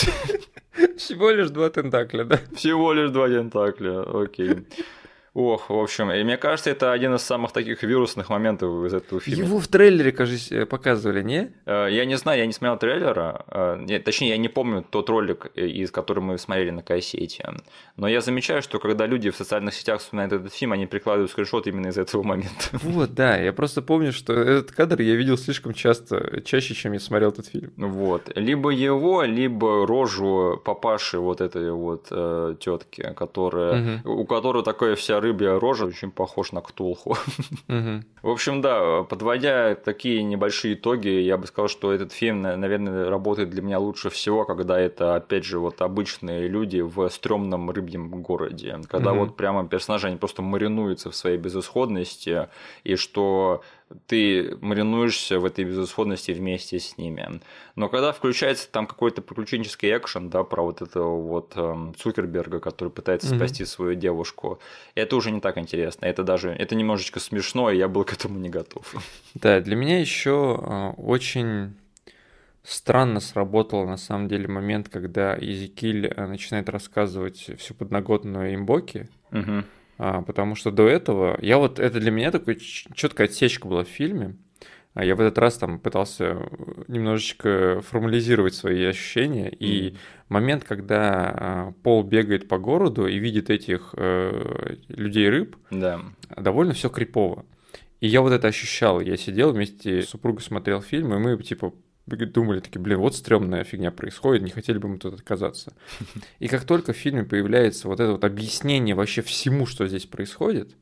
Всего лишь два тентакля, да? Всего лишь два тентакля, окей. Ох, в общем, и мне кажется, это один из самых таких вирусных моментов из этого фильма. Его в трейлере, кажется, показывали, не? Я не знаю, я не смотрел трейлера, точнее, я не помню тот ролик, из которого мы смотрели на кассете, но я замечаю, что когда люди в социальных сетях вспоминают этот фильм, они прикладывают скриншот именно из этого момента. Вот, да, я просто помню, что этот кадр я видел слишком часто, чаще, чем я смотрел этот фильм. Вот, либо его, либо рожу папаши вот этой вот э, тетки, которая, угу. у которой такая вся рыбья рожа, очень похож на Ктулху. Угу. В общем, да, подводя такие небольшие итоги, я бы сказал, что этот фильм, наверное, работает для меня лучше всего, когда это, опять же, вот обычные люди в стрёмном рыбьем городе, когда угу. вот прямо персонажи, они просто маринуются в своей безысходности, и что ты маринуешься в этой безысходности вместе с ними. Но когда включается там какой-то приключенческий экшен, да, про вот этого вот э, Цукерберга, который пытается mm-hmm. спасти свою девушку, это уже не так интересно. Это даже, это немножечко смешно, и я был к этому не готов. Да, для меня еще э, очень странно сработал на самом деле момент, когда Эзекиль начинает рассказывать всю подноготную Имбоки. Угу. А, потому что до этого, я вот, это для меня такой четкая отсечка была в фильме. А я в этот раз там пытался немножечко формализировать свои ощущения. Mm. И момент, когда а, Пол бегает по городу и видит этих э, людей-рыб, да. довольно все крипово. И я вот это ощущал. Я сидел вместе с супругой, смотрел фильм, и мы типа думали такие, блин, вот стрёмная фигня происходит, не хотели бы мы тут отказаться. И как только в фильме появляется вот это вот объяснение вообще всему, что здесь происходит,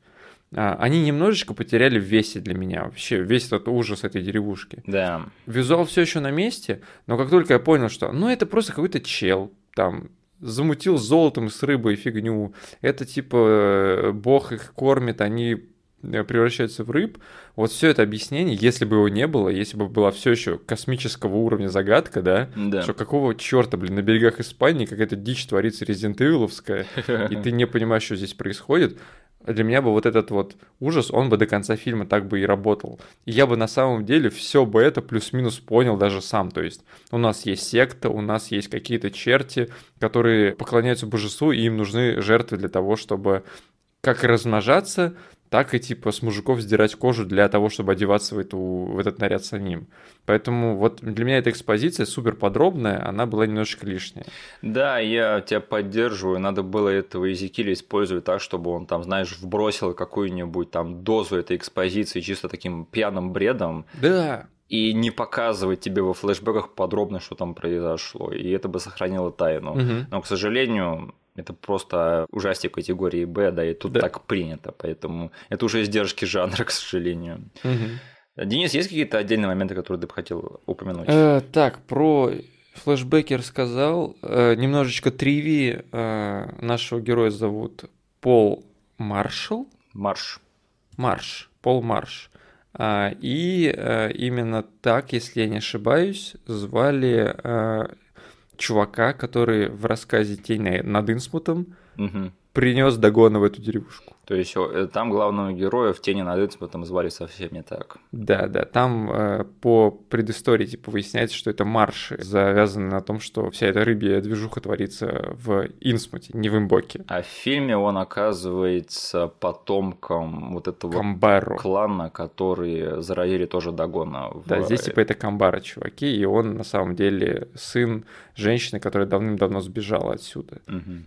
они немножечко потеряли в весе для меня. Вообще весь этот ужас этой деревушки. Да. Визуал все еще на месте, но как только я понял, что ну это просто какой-то чел, там, замутил с золотом и с рыбой фигню, это типа бог их кормит, они превращаются в рыб. Вот все это объяснение, если бы его не было, если бы была все еще космического уровня загадка, да, да. что какого черта, блин, на берегах Испании какая-то дичь творится Resident Evil'овская, и ты не понимаешь, что здесь происходит. Для меня бы вот этот вот ужас, он бы до конца фильма так бы и работал. И я бы на самом деле все бы это плюс-минус понял даже сам. То есть у нас есть секта, у нас есть какие-то черти, которые поклоняются божеству, и им нужны жертвы для того, чтобы как размножаться, так и типа с мужиков сдирать кожу для того, чтобы одеваться в, эту, в этот наряд самим. Поэтому вот для меня эта экспозиция супер подробная, она была немножечко лишняя. Да, я тебя поддерживаю. Надо было этого Эзекииля использовать так, чтобы он там, знаешь, вбросил какую-нибудь там дозу этой экспозиции чисто таким пьяным бредом. Да. И не показывать тебе во флешбеках подробно, что там произошло. И это бы сохранило тайну. Угу. Но, к сожалению, это просто ужастик категории Б, да, и тут да. так принято. Поэтому это уже издержки жанра, к сожалению. Угу. Денис, есть какие-то отдельные моменты, которые ты бы хотел упомянуть? Э, так, про флешбеки рассказал. Э, немножечко тривии. Э, нашего героя зовут Пол Маршалл. Марш. Марш. Пол Марш. А, и а, именно так, если я не ошибаюсь, звали а, чувака, который в рассказе «Тень над Инсмутом» угу. принес Дагона в эту деревушку. То есть там главного героя в «Тени над Инсмутом» звали совсем не так. Да, да, там э, по предыстории типа выясняется, что это марши, завязаны на том, что вся эта рыбья движуха творится в Инсмуте, не в Имбоке. А в фильме он оказывается потомком вот этого Камбару. клана, которые заразили тоже Дагона. В... Да, здесь типа это Камбара, чуваки, и он на самом деле сын женщины, которая давным-давно сбежала отсюда. Угу.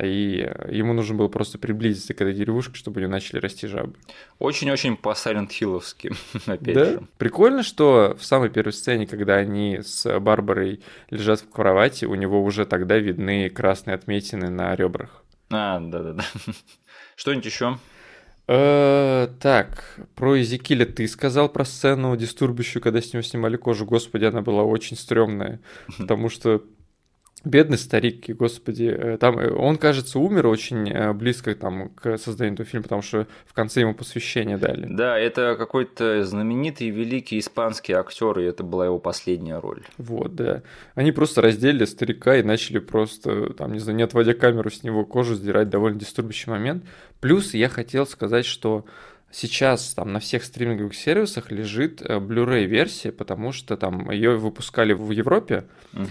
И ему нужно было просто приблизиться к этой деревушке, чтобы у нее начали расти жабы. Очень-очень по-Сайлент-Хилловски, опять да? же. Прикольно, что в самой первой сцене, когда они с Барбарой лежат в кровати, у него уже тогда видны красные отметины на ребрах. А, да-да-да. Что-нибудь еще? Так, про Эзекииля ты сказал про сцену дистурбящую, когда с него снимали кожу. Господи, она была очень стрёмная, потому что бедный старик, господи, там он, кажется, умер очень близко там, к созданию этого фильма, потому что в конце ему посвящение дали. Да, это какой-то знаменитый великий испанский актер, и это была его последняя роль. Вот, да. Они просто разделили старика и начали просто, там, не знаю, не отводя камеру с него кожу, сдирать, довольно дистурбящий момент. Плюс я хотел сказать, что сейчас там на всех стриминговых сервисах лежит Blu-ray версия, потому что там ее выпускали в Европе, угу.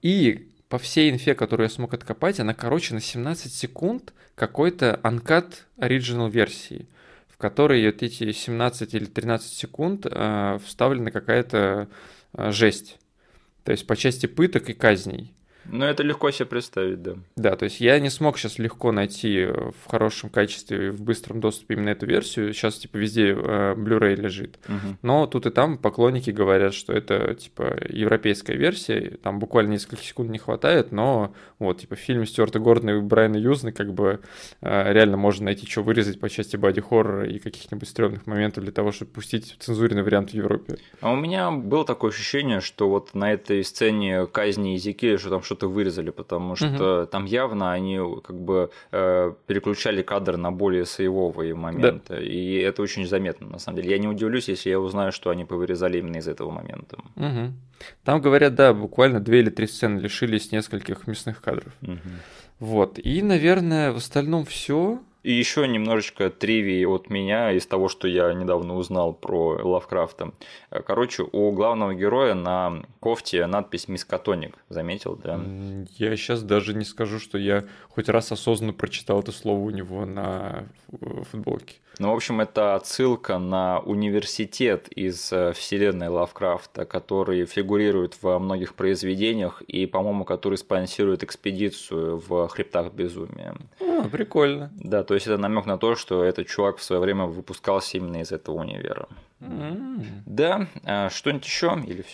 и по всей инфе, которую я смог откопать, она, короче, на семнадцать секунд какой-то uncut original версии, в которой вот эти семнадцать или тринадцать секунд э, вставлена какая-то э, жесть. То есть по части пыток и казней. Ну, это легко себе представить, да. Да, то есть я не смог сейчас легко найти в хорошем качестве и в быстром доступе именно эту версию. Сейчас, типа, везде э, Blu-ray лежит. Угу. Но тут и там поклонники говорят, что это, типа, европейская версия. Там буквально несколько секунд не хватает, но вот, типа, в фильме Стюарта Гордона и Брайана Юзна как бы э, реально можно найти, что вырезать по части боди-хоррора и каких-нибудь стрёмных моментов для того, чтобы пустить цензурный вариант в Европе. А у меня было такое ощущение, что вот на этой сцене казни Эзекииля, что там что-то вырезали, потому что угу. там явно они как бы э, переключали кадр на более сейвовые моменты, да. И это очень заметно на самом деле. Я не удивлюсь, если я узнаю, что они повырезали именно из этого момента. Угу. Там говорят, да, буквально две или три сцены лишились нескольких мясных кадров. Угу. Вот, и, наверное, в остальном все. И еще немножечко тривии от меня из того, что я недавно узнал про Лавкрафта. Короче, у главного героя на кофте надпись «Мискатоник». Заметил, да? Я сейчас даже не скажу, что я хоть раз осознанно прочитал это слово у него на футболке. Ну, в общем, это отсылка на университет из вселенной Лавкрафта, который фигурирует во многих произведениях и, по-моему, который спонсирует экспедицию в Хребтах Безумия. А, прикольно. Да, то есть это намек на то, что этот чувак в свое время выпускался именно из этого универа. Mm-hmm. Да, а что-нибудь еще или все?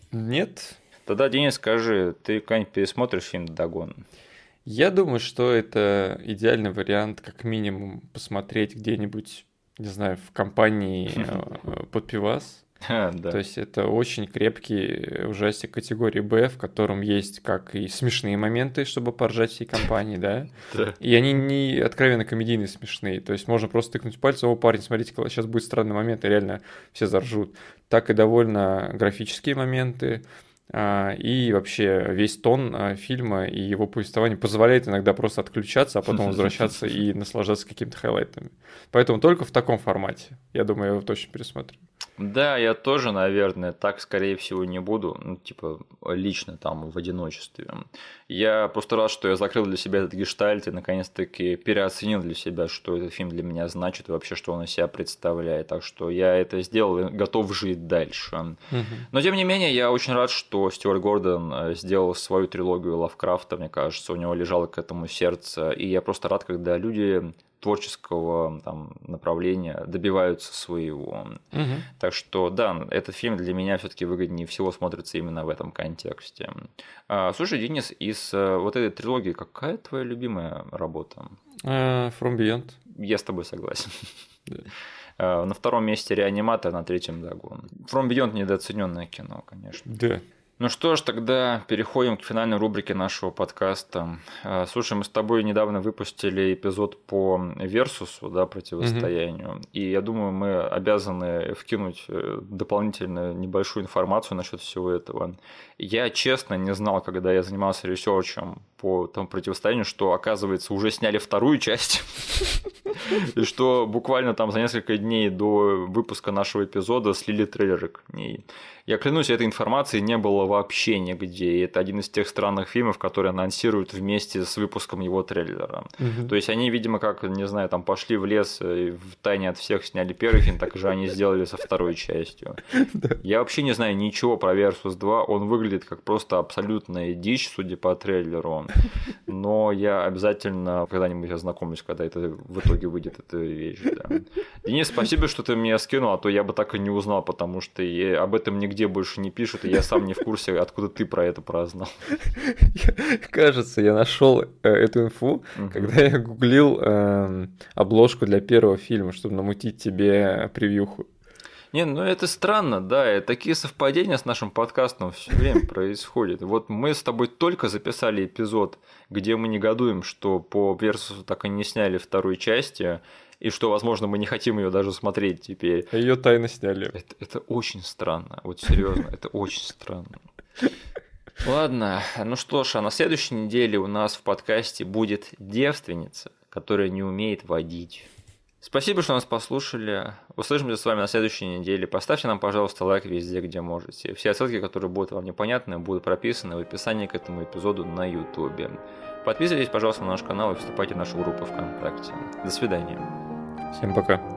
Нет. Тогда, Денис, скажи, ты когда-нибудь пересмотришь фильм «Дагон»? Я думаю, что это идеальный вариант, как минимум, посмотреть где-нибудь, не знаю, в компании под пивас. А, да. То есть это очень крепкий ужастик категории Б, в котором есть как и смешные моменты, чтобы поржать всей компании, да? Да. И они не откровенно комедийные смешные. То есть можно просто тыкнуть пальцем: о, парень, смотрите, сейчас будет странный момент, и реально все заржут. Так и довольно графические моменты. И вообще весь тон фильма и его повествование позволяет иногда просто отключаться, а потом возвращаться и наслаждаться какими-то хайлайтами. Поэтому только в таком формате, я думаю, я его точно пересмотрю. Да, я тоже, наверное, так, скорее всего, не буду, ну, типа, лично там в одиночестве. Я просто рад, что я закрыл для себя этот гештальт и наконец-таки переоценил для себя, что этот фильм для меня значит и вообще, что он из себя представляет. Так что я это сделал и готов жить дальше. Угу. Но, тем не менее, я очень рад, что Стюарт Гордон сделал свою трилогию Лавкрафта. Мне кажется, у него лежало к этому сердце. И я просто рад, когда люди творческого там направления добиваются своего. Угу. Так что, да, этот фильм для меня все-таки выгоднее всего смотрится именно в этом контексте. А, слушай, Денис, из вот этой трилогии какая твоя любимая работа? Uh, From Beyond. Я с тобой согласен. Да. На втором месте «Реаниматор», на третьем «Дагон». From Beyond недооцененное кино, конечно. Да. Ну что ж, тогда переходим к финальной рубрике нашего подкаста. Слушай, мы с тобой недавно выпустили эпизод по Версусу, да, противостоянию, mm-hmm. и я думаю, мы обязаны вкинуть дополнительную небольшую информацию насчет всего этого. Я честно не знал, когда я занимался ресерчем по тому противостоянию, что, оказывается, уже сняли вторую часть, и что буквально там за несколько дней до выпуска нашего эпизода слили трейлеры к ней. Я клянусь, этой информации не было вообще нигде. И это один из тех странных фильмов, которые анонсируют вместе с выпуском его трейлера. Угу. То есть они, видимо, как, не знаю, там пошли в лес и втайне от всех сняли первый фильм, так же они сделали со второй частью. Я вообще не знаю ничего про Versus два. Он выглядит как просто абсолютная дичь, судя по трейлеру. Но я обязательно когда-нибудь ознакомлюсь, когда это в итоге выйдет, эта вещь. Да. Денис, спасибо, что ты меня скинул, а то я бы так и не узнал, потому что я об этом нигде где больше не пишут, и я сам не в курсе, откуда ты про это прознал. Кажется, я нашел э, эту инфу, uh-huh. когда я гуглил э, обложку для первого фильма, чтобы намутить тебе превьюху. Не, ну это странно, да, и такие совпадения с нашим подкастом все время происходят. Вот мы с тобой только записали эпизод, где мы негодуем, что по Версусу так и не сняли второй части, и что, возможно, мы не хотим ее даже смотреть теперь. А ее тайно сняли. Это, это очень странно. Вот серьезно, это очень странно. Ладно, ну что ж, а на следующей неделе у нас в подкасте будет девственница, которая не умеет водить. Спасибо, что нас послушали. Услышимся с вами на следующей неделе. Поставьте нам, пожалуйста, лайк везде, где можете. Все ссылки, которые будут вам непонятны, будут прописаны в описании к этому эпизоду на YouTube. Подписывайтесь, пожалуйста, на наш канал и вступайте в нашу группу ВКонтакте. До свидания. Всем пока.